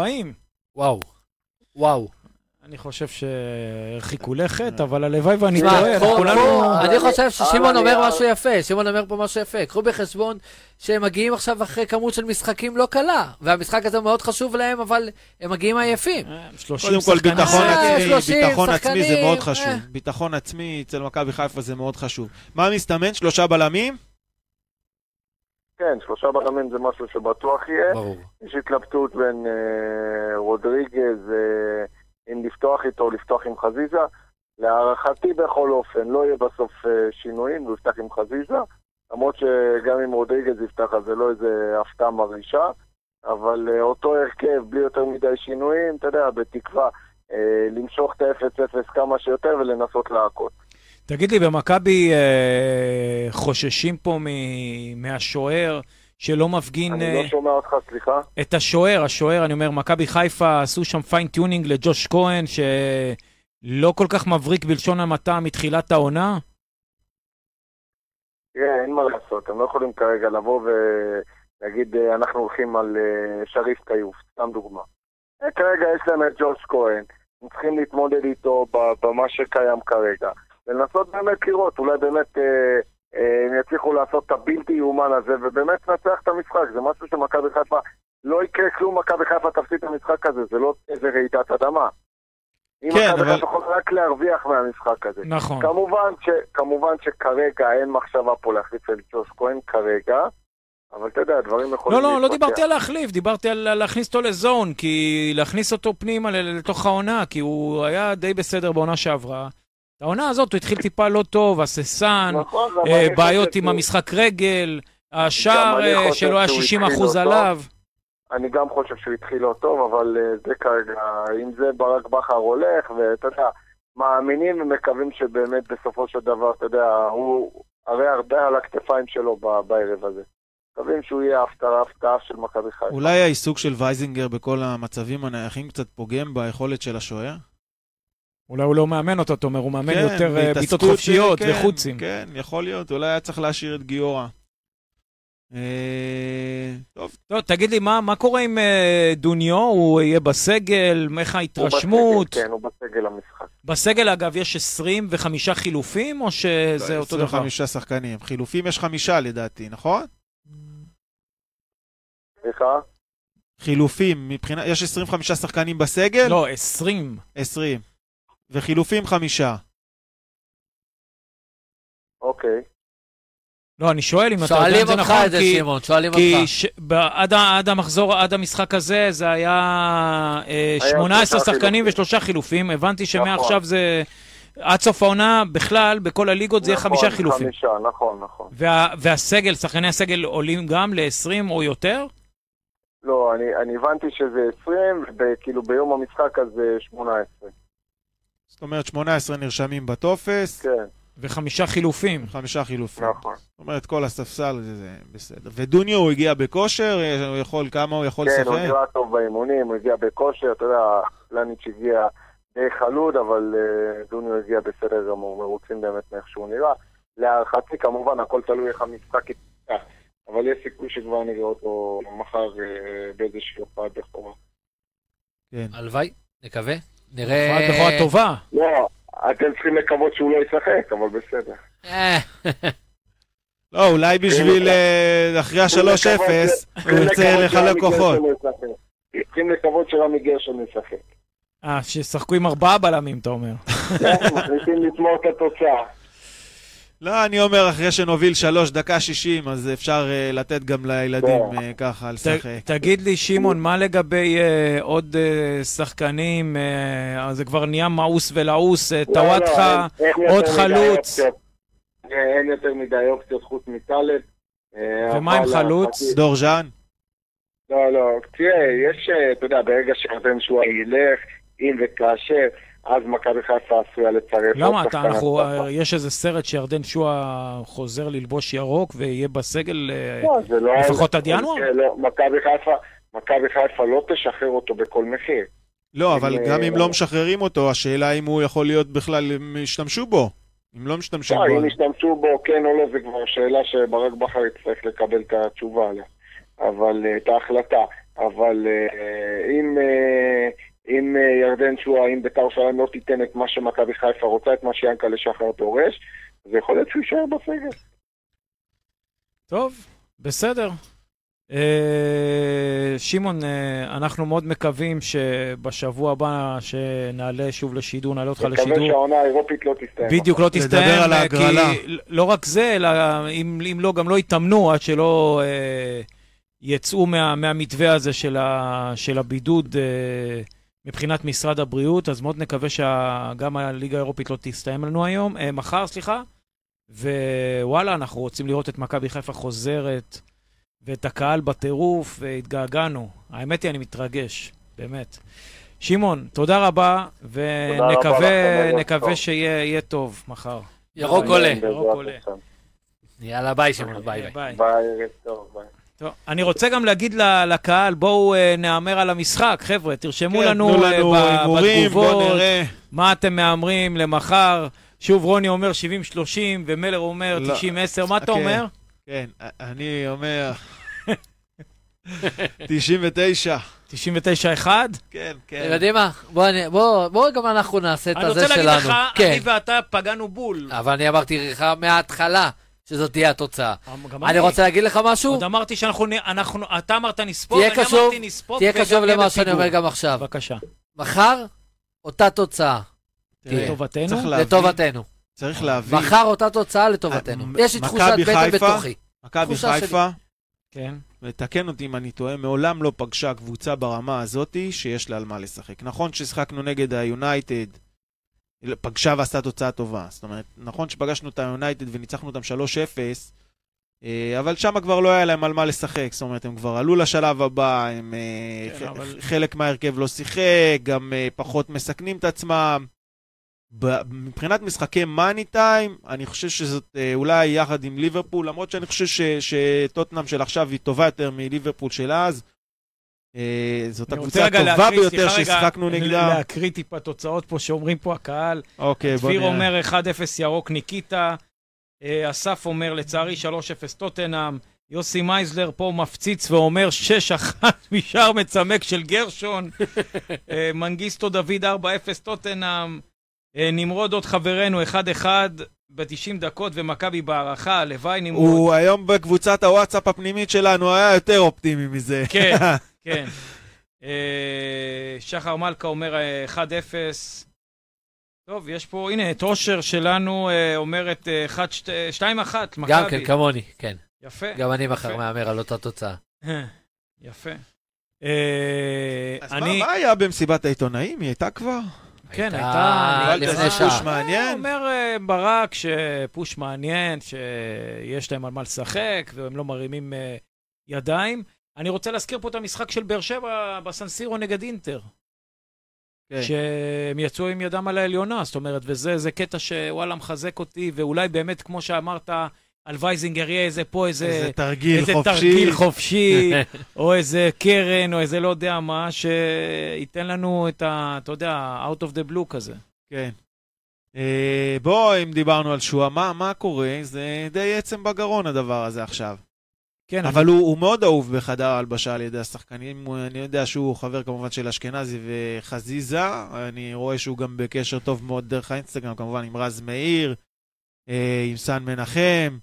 וואו. אני חושב שהרחיקו לכת, אבל הלוואי ואני טועה. אני חושב ששימון אומר משהו יפה, שימון אומר פה משהו יפה. קחו בחשבון שהם מגיעים עכשיו אחרי כמות של משחקים לא קלה, והמשחק הזה מאוד חשוב להם, אבל הם מגיעים עייפים. קודם כל ביטחון עצמי זה מאוד חשוב. ביטחון עצמי אצל מכבי חיפה זה מאוד חשוב. מה מסתמן? 3 בלמים? כן, 3 בלמים זה משהו שבטוח יהיה. ברור. יש התלבטות בין רודריגז אם לפתוח איתו או לפתוח עם חזיזה. להערכתי בכל אופן לא יהיה בסוף שינויים, הוא יפתח עם חזיזה, למרות שגם אם רודריגז יפתח אז זה לא איזה הפתעה מרעישה, אבל אותו הרכב בלי יותר מדי שינויים, אתה יודע, בתקווה למשוך את ה-0-0 כמה שיותר ולנסות להכות. תגיד לי, במכבי חוששים פה מהשוער שלא מפגין... אני לא שומע אותך, סליחה. את השוער, אני אומר, מכבי חיפה עשו שם פיין-טיונינג לג'וש כהן, שלא כל כך מבריק בלשון המעטה מתחילת העונה? תראה, אין מה לעשות, הם לא יכולים כרגע לבוא ולהגיד, אנחנו הולכים על שריף קיוף, סתם דוגמה. כרגע יש להם את ג'וש כהן, הם צריכים להתמודד איתו במה שקיים כרגע, ולנסות באמת לראות, אולי באמת... הם יצליחו לעשות את הבלתי יאומן הזה, ובאמת נצח את המשחק. זה משהו שמכבי חיפה, לא יקרה כלום, מכבי חיפה תפסיד את המשחק הזה, זה לא איזה רעידת אדמה. אם מכבי חיפה יכול רק להרוויח מהמשחק הזה. נכון. כמובן שכרגע אין מחשבה פה להחליף את ג'וש כהן כרגע, אבל אתה יודע, הדברים יכולים... לא דיברתי על להחליף, דיברתי על להכניס אותו לזון, כי להכניס אותו פנימה לתוך העונה, כי הוא היה די בסדר בעונה שעברה. העונה הזאת הוא התחיל טיפה לא טוב, הססן, בעיות עם המשחק רגל, השער שלו היה 60% עליו. אני גם חושב שהוא התחיל לא טוב, אבל זה כרגע, אם זה ברק בכר הולך, ואתה יודע, מאמינים ומקווים שבאמת בסופו של דבר, אתה יודע, הוא הרי הרבה על הכתפיים שלו בערב הזה. מקווים שהוא יהיה ההפתעה של מכבי חיפה. אולי העיסוק של וייזינגר בכל המצבים הנייחים קצת פוגם ביכולת של השוער? אולי הוא לא מאמן אותו, אתה אומר, הוא מאמן כן, יותר והתעסקות בעיטות חופשיות כן, וחוצים. כן, יכול להיות, אולי היה צריך להשאיר את גיורא. טוב. טוב, תגיד לי, מה קורה עם דוניו? הוא יהיה בסגל? איך ההתרשמות? כן, הוא בסגל המשחק. בסגל, אגב, יש 25 חילופים, או שזה אותו דבר? 25 שחקנים. חילופים יש 5 לדעתי, נכון? סליחה? חילופים, יש 25 שחקנים בסגל? לא, 20. 20. וחילופים 5. אוקיי. לא, אני שואל אם אתה יודע שואלים אם זה אותך נכון, את זה, שמעון, שואלים אותך. כי עד המחזור, עד המשחק הזה, זה היה 18 שחקנים ו3 חילופים. הבנתי שמעכשיו זה, עד סוף העונה, בכלל, בכל הליגות זה יהיה 5 חילופים. 5, נכון. והסגל, שחקני הסגל עולים גם ל-20 או יותר? לא, אני הבנתי שזה 20, וכאילו ביום המשחק הזה 18. זאת אומרת, 18 נרשמים בטופס. כן. ו5 חילופים. 5 חילופים. נכון. זאת אומרת, כל הספסל זה בסדר. ודוניו הוא הגיע בכושר, הוא יכול, כמה הוא יכול לשחק? כן, הוא נראה טוב באימונים, הוא הגיע בכושר, אתה יודע, פלניץ' הגיע די חלוד, אבל דוניו הגיע בסדר גמור, מרוצים באמת מאיך שהוא נראה. להערכתי, כמובן, הכל תלוי איך המשחק יתפתח, אבל יש סיכוי שכבר נראה אותו מחר באיזושהי הופעה בכורה. כן. הלוואי, נקווה. נראה... הופעה בכורה טובה. לא, אתם צריכים לקוות שהוא לא ישחק, אבל בסדר. לא, אולי בשביל אחרי ה-3-0 הוא ירצה לחלק כוחות. צריכים לקוות שרמי גרשון ישחק. ששחקו עם 4 בלמים, אתה אומר. מחליטים לתמור את התוצאה. לא, אני אומר, אחרי שנוביל 3:60, אז אפשר לתת גם לילדים ככה לשחק. תגיד לי, שמעון, מה לגבי עוד שחקנים? זה כבר נהיה מאוס ולעוס, טוואטחה, עוד חלוץ. אין יותר מדי אופציות חוץ מטלב. ומה עם חלוץ? דורז'אן? לא, תראה, יש, אתה יודע, ברגע שירדן שועה ילך, אם וכאשר, אז מכבי חיפה עשויה לצרף. למה? יש איזה סרט שירדן שועה חוזר ללבוש ירוק ויהיה בסגל לפחות עד ינואר? מכבי חיפה לא תשחרר אותו בכל מחיר. לא, אבל גם אם לא משחררים אותו, השאלה אם הוא יכול להיות בכלל, אם ישתמשו בו. אם לא משתמשו בו. אם ישתמשו בו, כן או לא, זה כבר שאלה שברק בכר יצטרך לקבל את התשובה עליה. אבל, את ההחלטה. אבל אם ירדן שועה, אם בית"ר ירושלים לא תיתן את מה שמכבי חיפה רוצה, את מה שיענקל'ה שחר דורש, זה יכול להיות שהוא יישאר בסגל. טוב, בסדר. שמעון, אנחנו מאוד מקווים שבשבוע הבא שנעלה שוב לשידור, נעלה אותך לשידור. מקווה שהעונה האירופית לא תסתיים. בדיוק, לא תסתיים. לדבר על ההגרלה. לא רק זה, אלא אם לא, גם לא יתאמנו עד שלא יצאו מהמתווה הזה של הבידוד מבחינת משרד הבריאות, אז מאוד נקווה שגם הליגה האירופית לא תסתיים לנו היום, מחר, סליחה. ווואלה, אנחנו רוצים לראות את מכבי חיפה חוזרת, ואת הקהל בטירוף, והתגעגענו. האמת היא, אני מתרגש, באמת. שמעון, תודה רבה, ונקווה שיהיה טוב מחר. ירוק עולה. ירוק עולה. יאללה, ביי שמעון, ביי. ביי, טוב, ביי. טוב, אני רוצה גם להגיד לקהל, בואו נאמר על המשחק, חבר'ה, תרשמו לנו בתגובות, מה אתם מאמרים למחר. שוב רוני אומר 70-30 ומלר אומר 90-10, מה אתה אומר? כן, אני אומר 99. 99-1? כן. אתם יודעים מה? בואו גם אנחנו נעשה את הזה שלנו. אני רוצה להגיד לך, אני ואתה פגענו בול. אבל אני אמרתי לך מההתחלה שזאת תהיה התוצאה. אני רוצה להגיד לך משהו? עוד אמרתי אתה אמרת נספוג, אני אמרתי נספוג. תהיה קשוב למה שאני אומר גם עכשיו. בבקשה. מחר, אותה תוצאה. לטובתנו. צריך להבין. מחר אותה תוצאה לטובתנו. יש לי תחושת בטן בתוכי. מכבי חיפה, כן. ותקן אותי אם אני טועה, מעולם לא פגשה קבוצה ברמה הזאת שיש לה על מה לשחק. נכון ששחקנו נגד היונייטד, פגשה ועשתה תוצאה טובה. זאת אומרת, נכון שפגשנו את היונייטד וניצחנו אותם 3-0, אבל שם כבר לא היה להם על מה לשחק. זאת אומרת, הם כבר עלו לשלב הבא, חלק מהרכב לא שיחק, גם פחות מסכנים את עצמם. מבחינת משחקי מאני טיים, אני חושב שזאת אולי יחד עם ליברפול, למרות שאני חושב שטוטנהאם של עכשיו היא טובה יותר מליברפול של אז. זאת הקבוצה הטובה ביותר ששחקנו נגדה. להקריא טיפה תוצאות פה שאומרים פה הקהל. אוקיי, בוא דביר נראה. אומר 1-0 ירוק ניקיטה, אסף אומר לצערי 3-0 טוטנהאם, יוסי מייזלר פה מפציץ ואומר 6-1 משאר מצמק של גרשון, מנגיסטו דוד 4-0 טוטנהאם, נמרוד עוד חברנו 1-1 ב-90 דקות ומכבי בהערכה, לוואי נמרוד. הוא היום בקבוצת הוואטסאפ הפנימית שלנו היה יותר אופטימי מזה. כן, כן. שחר מלכה אומר 1-0. טוב, יש פה, הנה, את אושר שלנו אומרת 2-1, מכבי. גם כן, כמוני, כן. יפה. גם אני מחר מאמר על אותה תוצאה. יפה. אז מה היה במסיבת העיתונאים? היא הייתה כבר? כן, הייתה לפני שעה. פוש מעניין. אומר ברק שפוש מעניין, שיש להם על מה לשחק, והם לא מרימים ידיים. אני רוצה להזכיר פה את המשחק של באר שבע בסנסירו נגד אינטר. כן. שהם יצאו עם ידם על העליונה, זאת אומרת, וזה קטע שוואלה מחזק אותי, ואולי באמת, כמו שאמרת, על וייזינגר יהיה איזה תרגיל חופשי, או איזה קרן, או איזה לא יודע מה, שייתן לנו את ה, אתה יודע, out of the blue כזה. כן. בוא, אם דיברנו על שואה, מה קורה? זה די עצם בגרון הדבר הזה עכשיו. כן, אבל הוא מאוד אהוב בחדר הלבשה על ידי השחקנים. אני יודע שהוא חבר כמובן של אשכנזי וחזיזה. אני רואה שהוא גם בקשר טוב מאוד דרך האינסטגרם, כמובן עם רז מאיר, עם סן מנחם.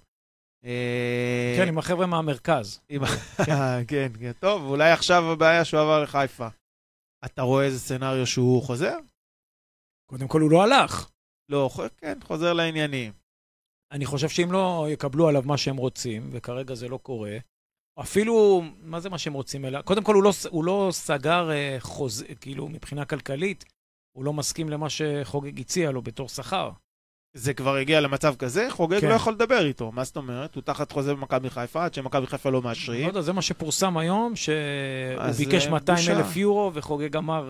כן, עם החבר'ה מהמרכז. כן, טוב, אולי עכשיו הבעיה שהוא עבר לחיפה. אתה רואה איזה סנריו שהוא חוזר? קודם כל הוא לא הלך. לא, כן, חוזר לעניינים. אני חושב שאם לא יקבלו עליו מה שהם רוצים, וכרגע זה לא קורה, אפילו, מה זה מה שהם רוצים אלא? קודם כל הוא לא סגר כאילו מבחינה כלכלית, הוא לא מסכים למה שחוגג הציע לו בתור שכר. זה כבר הגיע למצב כזה, חוגג כן. לא יכול לדבר איתו. מה זאת אומרת? הוא תחת חוזה במכבי חיפה, עד שמכבי חיפה לא מאשרים. לא יודע, זה מה שפורסם היום, שהוא ביקש 200,000 יורו, וחוגג אמר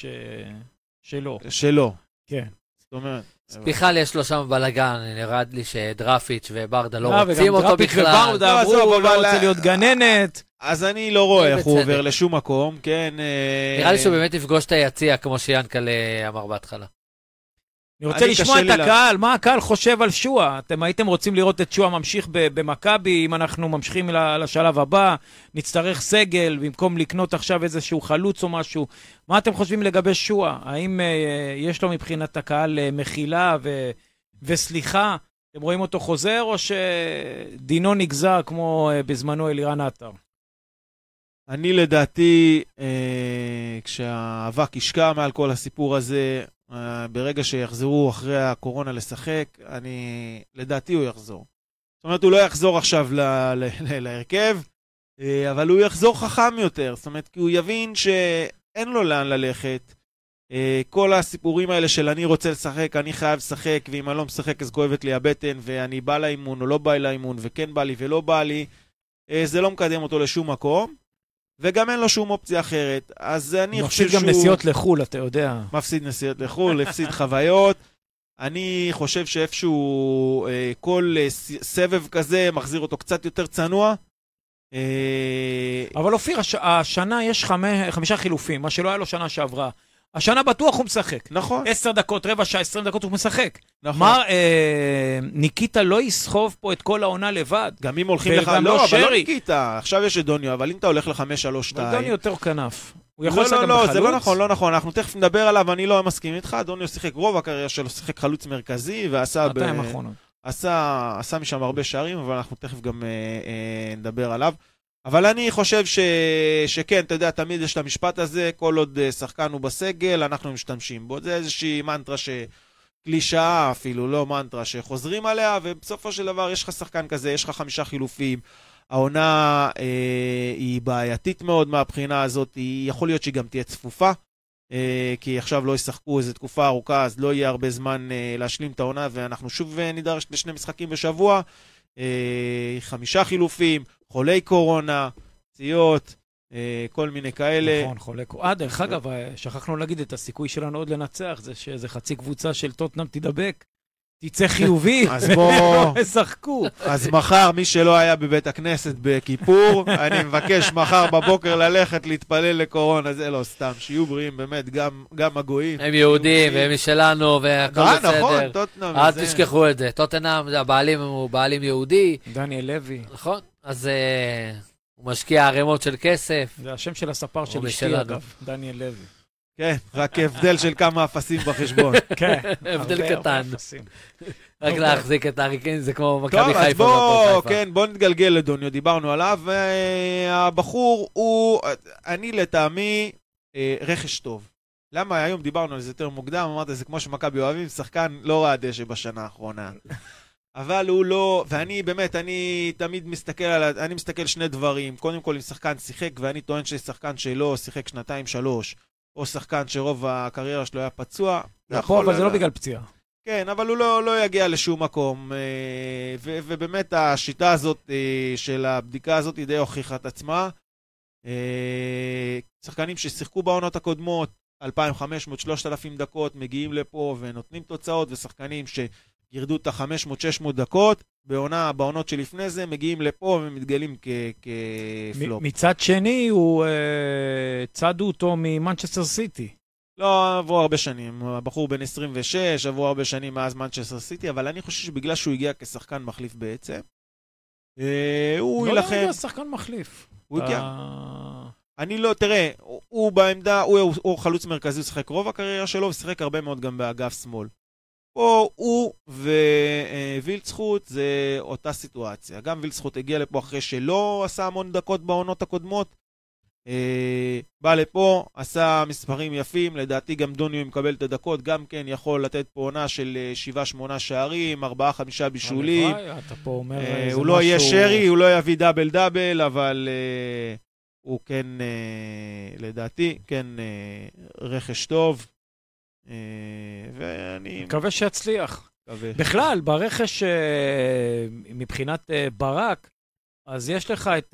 שלא. שלא. כן. זאת אומרת... בכלל יש לו שם בלגן, נרד לי שדרפיץ' וברדה לא רוצים אותו בכלל. וגם דרפיץ' וברדה אמרו, הוא לא רוצה להיות גננת. אז אני לא רואה איך הוא עובר לשום מקום, כן. נראה לי שהוא באמת יפגוש את היציע, כמו שיאנקלה אמר בהתחלה. אני רוצה לשמוע את הקהל, מה הקהל חושב על שואה? אתם הייתם רוצים לראות את שואה ממשיך במכבי, אם אנחנו ממשיכים לשלב הבא, נצטרך סגל, במקום לקנות עכשיו איזשהו חלוץ או משהו. מה אתם חושבים לגבי שואה? האם יש לו מבחינת הקהל מחילה וסליחה? אתם רואים אותו חוזר, או שדינו נגזר כמו בזמנו אלירן עטר? אני לדעתי, כשהאבק ישקע מעל כל הסיפור הזה, ברגע שיחזרו אחרי הקורונה לשחק, לדעתי הוא יחזור. זאת אומרת, הוא לא יחזור עכשיו להרכב, אבל הוא יחזור חכם יותר. זאת אומרת, כי הוא יבין שאין לו לאן ללכת. כל הסיפורים האלה של אני רוצה לשחק, אני חייב לשחק, ואם אני לא משחק אז כואבת לי הבטן, ואני בא לאימון או לא בא לאימון, וכן בא לי ולא בא לי, זה לא מקדם אותו לשום מקום. וגם אין לו שום אופציה אחרת, אז אני חושב שהוא... מפסיד גם נסיעות לחול, אתה יודע. מפסיד נסיעות לחול, הפסיד חוויות. אני חושב שאיפשהו כל סבב כזה מחזיר אותו קצת יותר צנוע. אבל אופיר, השנה יש 5 חילופים, מה שלא היה לו שנה שעברה. השנה בטוח הוא משחק. נכון. 10 דקות, רבע שעה, 20 דקות הוא משחק. נכון. מה, ניקיטה לא יסחוב פה את כל העונה לבד. גם אם הולכים לך, לא, אבל לא ניקיטה. עכשיו יש את דוניו, אבל אם אתה הולך ל-5-3-2... אבל דוניו יותר כנף. הוא יכול לשחק גם בחלוץ? זה לא נכון, לא נכון. אנחנו תכף נדבר עליו, אני לא מסכים איתך. דוניו שיחק רוב הקריירה שלו, שיחק חלוץ מרכזי, ועשה... עשה משם הרבה שערים, אבל אנחנו תכף גם נדבר עליו. אבל אני חושב שכן, אתה יודע, תמיד יש את המשפט הזה, כל עוד שחקן הוא בסגל, אנחנו משתמשים בו. זה איזושהי מנטרה קלישאה אפילו, לא מנטרה שחוזרים עליה, ובסופו של דבר יש לך שחקן כזה, יש לך 5 חילופים, העונה היא בעייתית מאוד מהבחינה הזאת, יכול להיות שהיא גם תהיה צפופה, כי עכשיו לא ישחקו איזו תקופה ארוכה, אז לא יהיה הרבה זמן להשלים את העונה, ואנחנו שוב נדרש ל2 משחקים בשבוע, 5 חילופים, חולי קורונה, פציעות, כל מיני כאלה. נכון, חולק. דרך אגב, שכחנו להגיד את הסיכוי שלנו עוד לנצח, זה שאיזה חצי קבוצה של טוטנהאם תדבק, תצא חיובי, אז בואו... שחקו. אז מחר, מי שלא היה בבית הכנסת בכיפור, אני מבקש מחר בבוקר ללכת להתפלל לקורונה, זה לא סתם, שיהיו בריאים באמת, גם הגויים. הם יהודים, והם משלנו, והכל בסדר. נכון, טוטנהאם. אל תשכחו את זה. טוטנהאם, הבעלים הוא בעלים יהודי. דניאל לוי. נכון, אז הוא משקיע ערימות של כסף. זה השם של הספר של אשתי, אגב, דניאל לוי. כן, רק הבדל של כמה אפסים בחשבון. כן, הבדל קטן. רק להחזיק את האריקין, זה כמו מכבי חיפה. טוב, אז בואו נתגלגל לדוניו, דיברנו עליו, והבחור הוא, אני לטעמי, רכש טוב. למה היום דיברנו על זה יותר מוקדם, אמרת, זה כמו שמכבי אוהבים, שחקן לא רע דשא בשנה האחרונה. אבל הוא לא, ואני באמת, אני תמיד מסתכל אני מסתכל שני דברים. קודם כל, אם שחקן שיחק, ואני טוען ששחקן שלו שיחק 2-3, או שחקן שרוב הקריירה שלו היה פצוע. אבל זה לא בגלל פציעה. כן, אבל הוא לא יגיע לשום מקום. ובאמת השיטה הזאת של הבדיקה הזאת היא די הוכיחה את עצמה. שחקנים ששיחקו בעונות הקודמות, 2,500-3,000 דקות, מגיעים לפה ונותנים תוצאות, ושחקנים שירדו את ה-500-600 דקות, בעונות שלפני זה, מגיעים לפה ומתגלים כפלופ. מצד שני, הוא צדו אותו ממנצ'סטר סיטי. לא, עברו הרבה שנים. הבחור בן 26, עברו הרבה שנים מאז מנצ'סטר סיטי, אבל אני חושב שבגלל שהוא הגיע כשחקן מחליף בעצם, הוא ילחם... לא, שחקן מחליף. הוא הגיע. אני לא, תראה, הוא בעמדה, הוא חלוץ מרכזי, הוא שחק רוב הקריירה שלו, ושחק הרבה מאוד גם באגף שמאל. פה הוא ווילצחוט זה אותה סיטואציה. גם וילצחוט הגיע לפה אחרי שלא עשה המון דקות בעונות הקודמות. בא לפה, עשה מספרים יפים, לדעתי גם דוניו מקבל את הדקות, גם כן יכול לתת פה עונה של 7-8 שערים, 4-5 בישולים. הוא לא יהיה שרי, הוא לא יביא דאבל, אבל הוא כן, לדעתי, כן רכש טוב. ואני מקווה שיצליח. בכלל, ברכש מבחינת ברק, אז יש לך את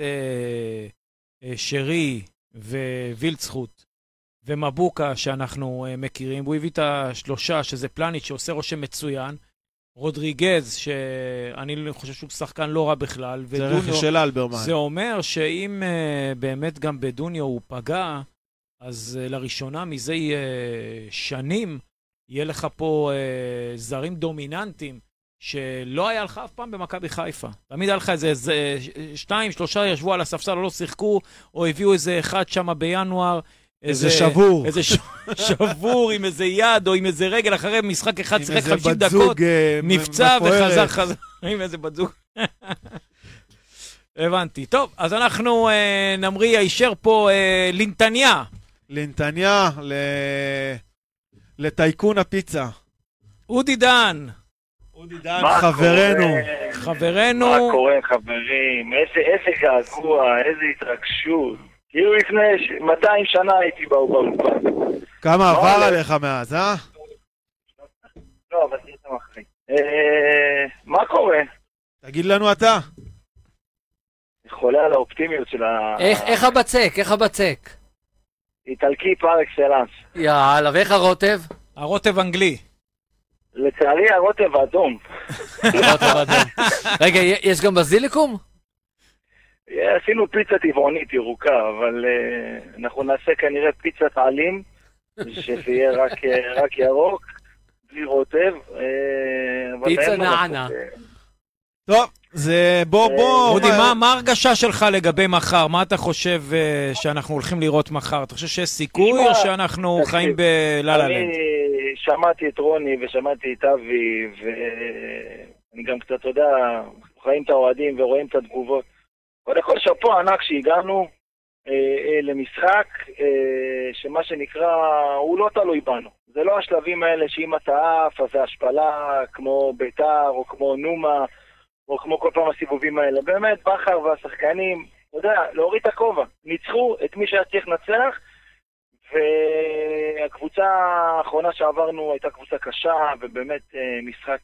שרי ווילצחוט ומבוקה שאנחנו מכירים, הוא הביא את השלושה, שזה פלניץ' שעושה רושם מצוין, רודריגז, שאני חושב שהוא שחקן לא רע בכלל, זה רכש של אלברמן. זה אומר שאם באמת גם בדוניו הוא פגע, אז לראשונה מזה שנים יהיה לך פה זרים דומיננטיים, שלא היה לך אף פעם במכבי חיפה. תמיד היה לך איזה 2-3 ישבו על הספסל, לא שיחקו, או הביאו איזה אחד שם בינואר. איזה שבור. איזה שבור עם איזה יד, או עם איזה רגל, אחרי משחק אחד שיחק 50 דקות, נפצע וחזר עם איזה בת זוג. הבנתי. טוב, אז אנחנו נמריא הישר פה לנתניה. לנתניה, לטייקון הפיצה. אודי דן. אודי דן, חברנו. חברנו. מה קורה, חברים? איזה געגוע, איזה התרגשות. כאילו לפני 200 שנה הייתי באולפן. כמה עבר עליך מאז, לא, אבל זה מחריד. מה קורה? תגיד לנו אתה. חולה על האופטימיות של איך הבצק? איך הבצק? איטלקי פר אקסלנס. יאללה, ואיך הרוטב? הרוטב אנגלי. לצערי הרוטב אדום. רגע, יש גם בזיליקום? עשינו פיצה טבעונית ירוקה, אבל אנחנו נעשה כנראה פיצת עלים, שזה יהיה רק ירוק, בלי רוטב. פיצה נענה. טוב, זה בוא. אודי, מה ההרגשה שלך לגבי מחר? מה אתה חושב שאנחנו הולכים לראות מחר? אתה חושב שיש סיכוי או שאנחנו חיים בללה-לנד? אני שמעתי את רוני ושמעתי את אבי, ואני גם קצת, אתה יודע, חיים את האוהדים ורואים את התגובות. קודם כל שפו ענק שהגענו למשחק שמה שנקרא הוא לא תלוי בנו. זה לא השלבים האלה שאם אתה עף אז זה השפלה כמו ביתר או כמו נומה או כמו כל פעם הסיבובים האלה. באמת בחר והשחקנים, אתה יודע, להוריד את הכובע. ניצחו את מי שהיה צריך לנצח, והקבוצה האחרונה שעברנו הייתה קבוצה קשה ובאמת משחק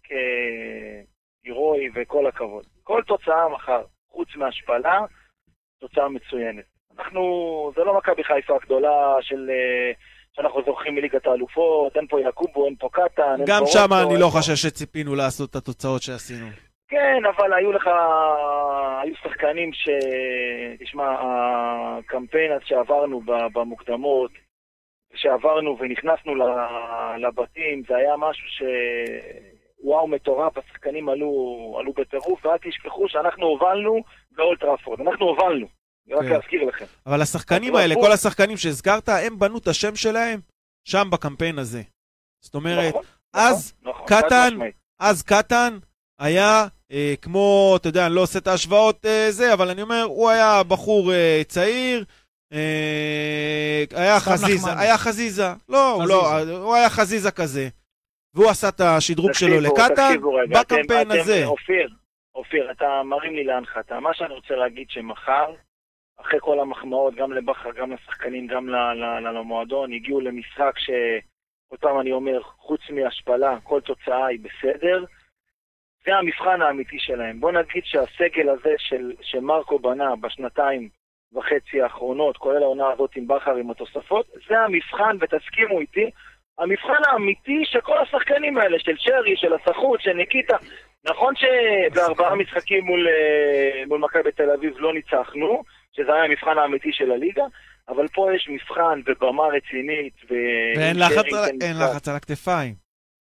הירואי וכל הכבוד. כל תוצאה מחר חוץ מהשפלה, תוצאה מצוינת. זה לא מכבי חיפה הגדולה שאנחנו זוכרים מליגת האלופות, אין פה יעקובו, אין פה קטן. גם שם אני לא חושב שציפינו לעשות את התוצאות שעשינו. כן, אבל היו שחקנים תשמע, הקמפיין אז שעברנו במוקדמות, שעברנו ונכנסנו לבתים, זה היה משהו וואו מטורף, השחקנים עלו בטירוף, ואל תשכחו שאנחנו הובלנו באולד טראפורד, אנחנו הובלנו, רק להזכיר לכם. אבל השחקנים האלה, כל השחקנים שהזכרת, הם בנו את השם שלהם שם בקמפיין הזה. זאת אומרת, אז קטן היה כמו, אתה יודע, אני לא עושה את ההשוואות זה, אבל אני אומר, הוא היה בחור צעיר, היה חזיזה, הוא היה חזיזה כזה, והוא עשה את השדרוג שלו לקטן בקמפיין הזה. אופיר, אתה מרים לי להנחתה. מה שאני רוצה להגיד שמחר, אחרי כל המחמאות, גם לבחר, גם לשחקנים, גם למועדון, הגיעו למשחק שאותם אני אומר, חוץ מהשפלה, כל תוצאה היא בסדר. זה המבחן האמיתי שלהם. בוא נגיד שהסגל הזה שמרקו בנה בשנתיים וחצי האחרונות, כולל העונה הזאת עם בחר עם התוספות, זה המבחן, ותסכימו איתי, המבחן האמיתי שכל השחקנים האלה, של שרי, של הסחוט, של ניקיטה, נכון שבארבעה משחקים מול מכבי תל אביב לא ניצחנו, שזה היה המבחן האמיתי של הליגה, אבל פה יש מבחן ובמה רצינית, ואין לחץ על הכתפיים.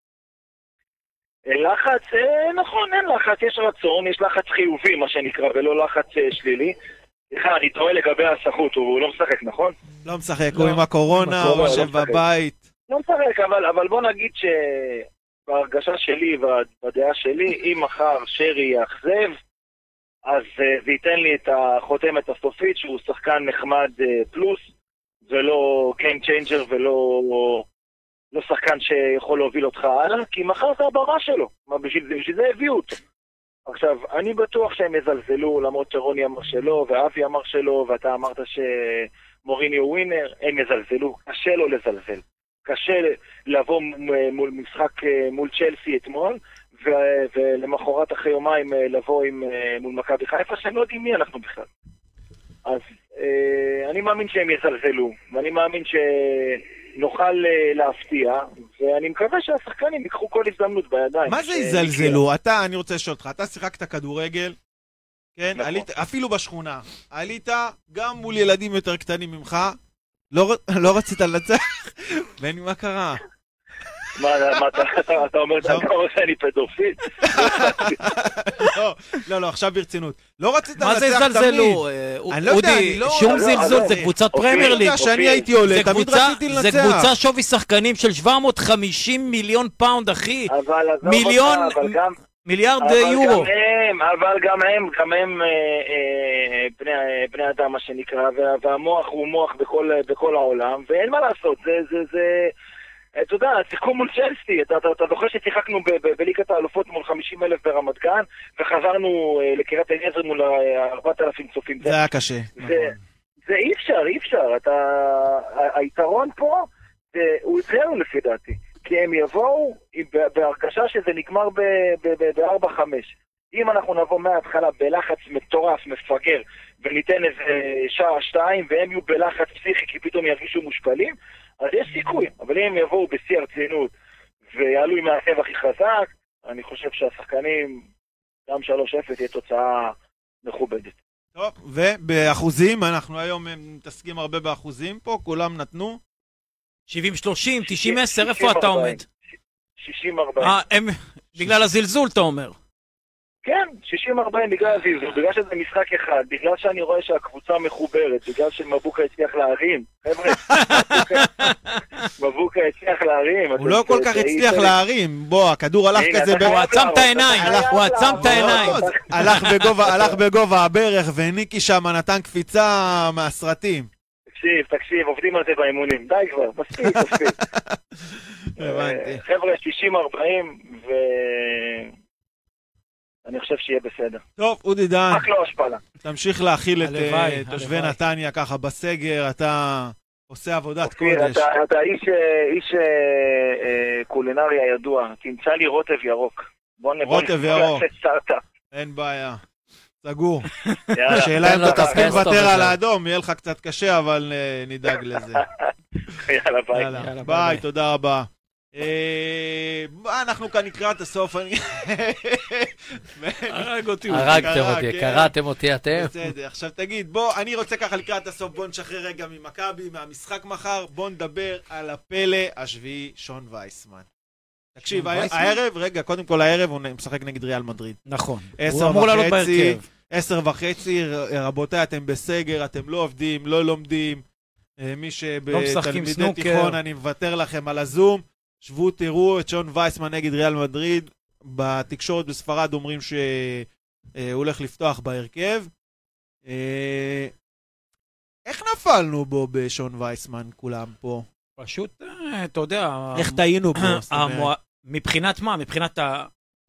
לחץ, נכון, אין לחץ, יש רצון, יש לחץ חיובי, מה שנקרא, ולא לחץ שלילי. אני טועה לגבי הסחוט, הוא לא משחק, נכון? לא משחק, הוא עם הקורונה, הוא יושב בבית. לא משחק, אבל בוא נגיד שבהרגשה שלי ובדעה שלי, אם מחר שרי יאכזב, אז זה ייתן לי את החותמת הסופית, שהוא שחקן נחמד פלוס, ולא game changer ולא שחקן שיכול להוביל אותך הלאה, כי מחר זה הבמה שלו, בשביל זה הביאו אותו. עכשיו, אני בטוח שהם יזלזלו, למרות שרוני אמר שלו, ואבי אמר שלו, ואתה אמרת שמוריני הוא ווינר, הם יזלזלו, קשה לו לזלזל. קשה לבוא מול משחק מול צ'לסי אתמול, ולמחרת אחרי יומיים לבוא מול מכבי חיפה, שהם לא יודעים מי אנחנו בכלל. אז אני מאמין שהם יזלזלו, ואני מאמין שנוכל להפתיע, ואני מקווה שהשחקנים ייקחו כל הזדמנות בידיים. מה זה יזלזלו? אני רוצה לשאול אותך, אתה שיחקת כדורגל, כן? אפילו בשכונה, עלית גם מול ילדים יותר קטנים ממך, לא רצית לנצח, ואין מה קרה. מה, אתה אומר שאני פדופיל? לא, עכשיו ברצינות. לא רצית לנצח תמיד. מה זה יזלזלו? אודי, שום זלזול, זה קבוצת פרמייר ליג. שאני הייתי עולה, תמיד רציתי לנצח. זה קבוצה שווי שחקנים של 750 מיליון פאונד, אחי. מיליארד יורו. אבל גם הם בני אדם, מה שנקרא, והמוח הוא מוח בכל העולם, ואין מה לעשות, זה אתה יודע, שיחקו מול צ'לסי, אתה זוכר ששיחקנו בליגת האלופות מול 50,000 ברמת גן, וחזרנו לקריית אליעזר מול 4,000 צופים. זה היה קשה. זה אי אפשר, היתרון פה, הוא אצלנו לפי דעתי, כי הם יבואו בהרגשה שזה נגמר ב-4-5. אם אנחנו נבוא מההתחלה בלחץ מטורף, מפגר, וניתן איזה שעה, 2, והם יהיו בלחץ פסיכי, כי פתאום ירגישו מושפלים, אז יש סיכוי, אבל אם יבואו בשיא הרצינות ויעלו עם העקב הכי חזק, אני חושב שהשחקנים, גם 3-0 תהיה תוצאה מכובדת. טוב, ובאחוזים, אנחנו היום מתעסקים הרבה באחוזים פה, כולם נתנו? 70-30, 90-10, איפה אתה עומד? 60-40. בגלל הזלזול, אתה אומר. כן, 60-40 בגלל הזלזול, בגלל שזה משחק אחד, בגלל שאני רואה שהקבוצה מחוברת, בגלל שמבוקה הצליח להרים. חבר'ה, מבוקה הצליח להרים. הוא לא כל כך הצליח להרים, בוא, הכדור הלך כזה... הוא עצם את העיניים, הוא עצם את העיניים. הלך בגובה הברך, וניקי שם נתן קפיצה מהסרטים. תקשיב, עובדים על זה באימונים. די כבר, מספיק. חבר'ה, 60-40 אני חושב שיהיה בסדר. טוב, אודי דן. רק לא השפלה. תמשיך להכיל את תושבי נתניה ככה בסגר, אתה עושה עבודת קודש. אתה איש קולינריה ידוע, תמצא לי רוטב ירוק. רוטב ירוק. אין בעיה. סגור. יאללה. השאלה אם תן לו אתה את תסכים הפסטו לוותר וזהו. על האדום, יהיה לך קצת קשה, אבל נדאג לזה. יאללה, ביי. יאללה, ביי. ביי, תודה רבה. אנחנו כאן לקראת הסוף. הרג אותי. הרגתם קרה, אותי, כן. קראתם אותי אתם. בסדר, עכשיו תגיד, בוא, אני רוצה ככה לקראת הסוף, בוא נשחרר רגע ממכבי, מהמשחק מחר, בוא נדבר על הפלא השביעי, שון וייסמן. תקשיב, שון וייסמן? הערב, רגע, קודם כל הערב הוא משחק נגד ריאל מדריד. נכון. 10:30, הוא אמור לעלות בהרכב. 10:30, רבותיי, אתם בסגר, אתם לא עובדים, לא לומדים. מי לא משחקים שבתלמידי סנוקר. תיכון, אני מוותר לכם על הזום. שבו, תראו את שון וייסמן נגד ריאל מדריד. בתקשורת בספרד אומרים שהוא הולך לפתוח בהרכב. איך נפלנו בו בשון וייסמן כולם פה? פשוט, אתה יודע... איך טעינו בו? זאת אומרת? מבחינת מה? מבחינת ה...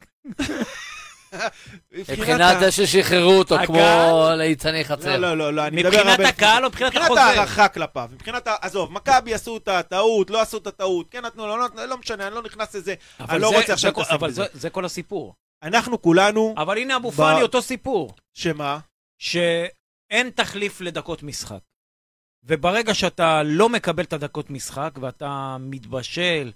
מבחינת זה ששחררו אותו הקהל? כמו ליצני חצר. לא, אני מדבר מבחינת הרבה הקהל או מבחינת מבחינת החוזה? הערכה כלפיו, עזוב, מכבי עשו את הטעות, לא עשו את הטעות, כן נתנו, לא משנה, אני לא נכנס לזה, אני לא רוצה עכשיו להתעסק אבל בזה. זה כל הסיפור. אנחנו כולנו, אבל הנה אבו פאני, אותו סיפור. שמה? שאין תחליף לדקות משחק. וברגע שאתה לא מקבל את הדקות משחק, ואתה מתבשל...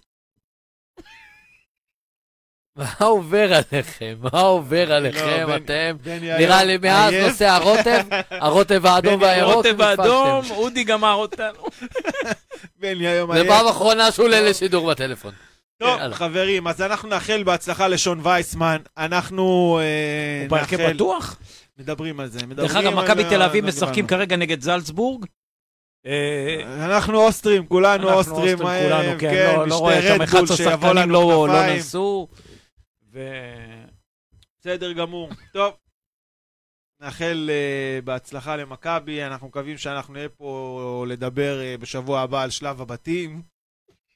מה עובר עליכם? מה עובר עליכם? בני- אתם? בני נראה היום לי מאז עייף. נושא הרוטב האדום בני, והירוק. רוטב האדום, נתפסתם. אודי גמר אותנו. בני היום זה עייף. פעם אחרונה שהוא עולה לשידור בטלפון. טוב, יאללה. חברים, אז אנחנו נאחל בהצלחה לשון וייסמן, אנחנו הוא בהרכב נאחל... בטוח? מדברים על זה, דרך אגב, מכבי תל אביב משחקים דיברנו. כרגע נגד זלצבורג. אנחנו אוסטרים, כולנו אנחנו אוסטרים, כולנו, כן, לא רואה משתי שם רדבול 11 שיבוא שחקנים לנו לא כנפיים. נסו. בסדר גמור. טוב, נאחל בהצלחה למכבי, אנחנו מקווים שאנחנו נהיה פה לדבר בשבוע הבא על שלב הבתים.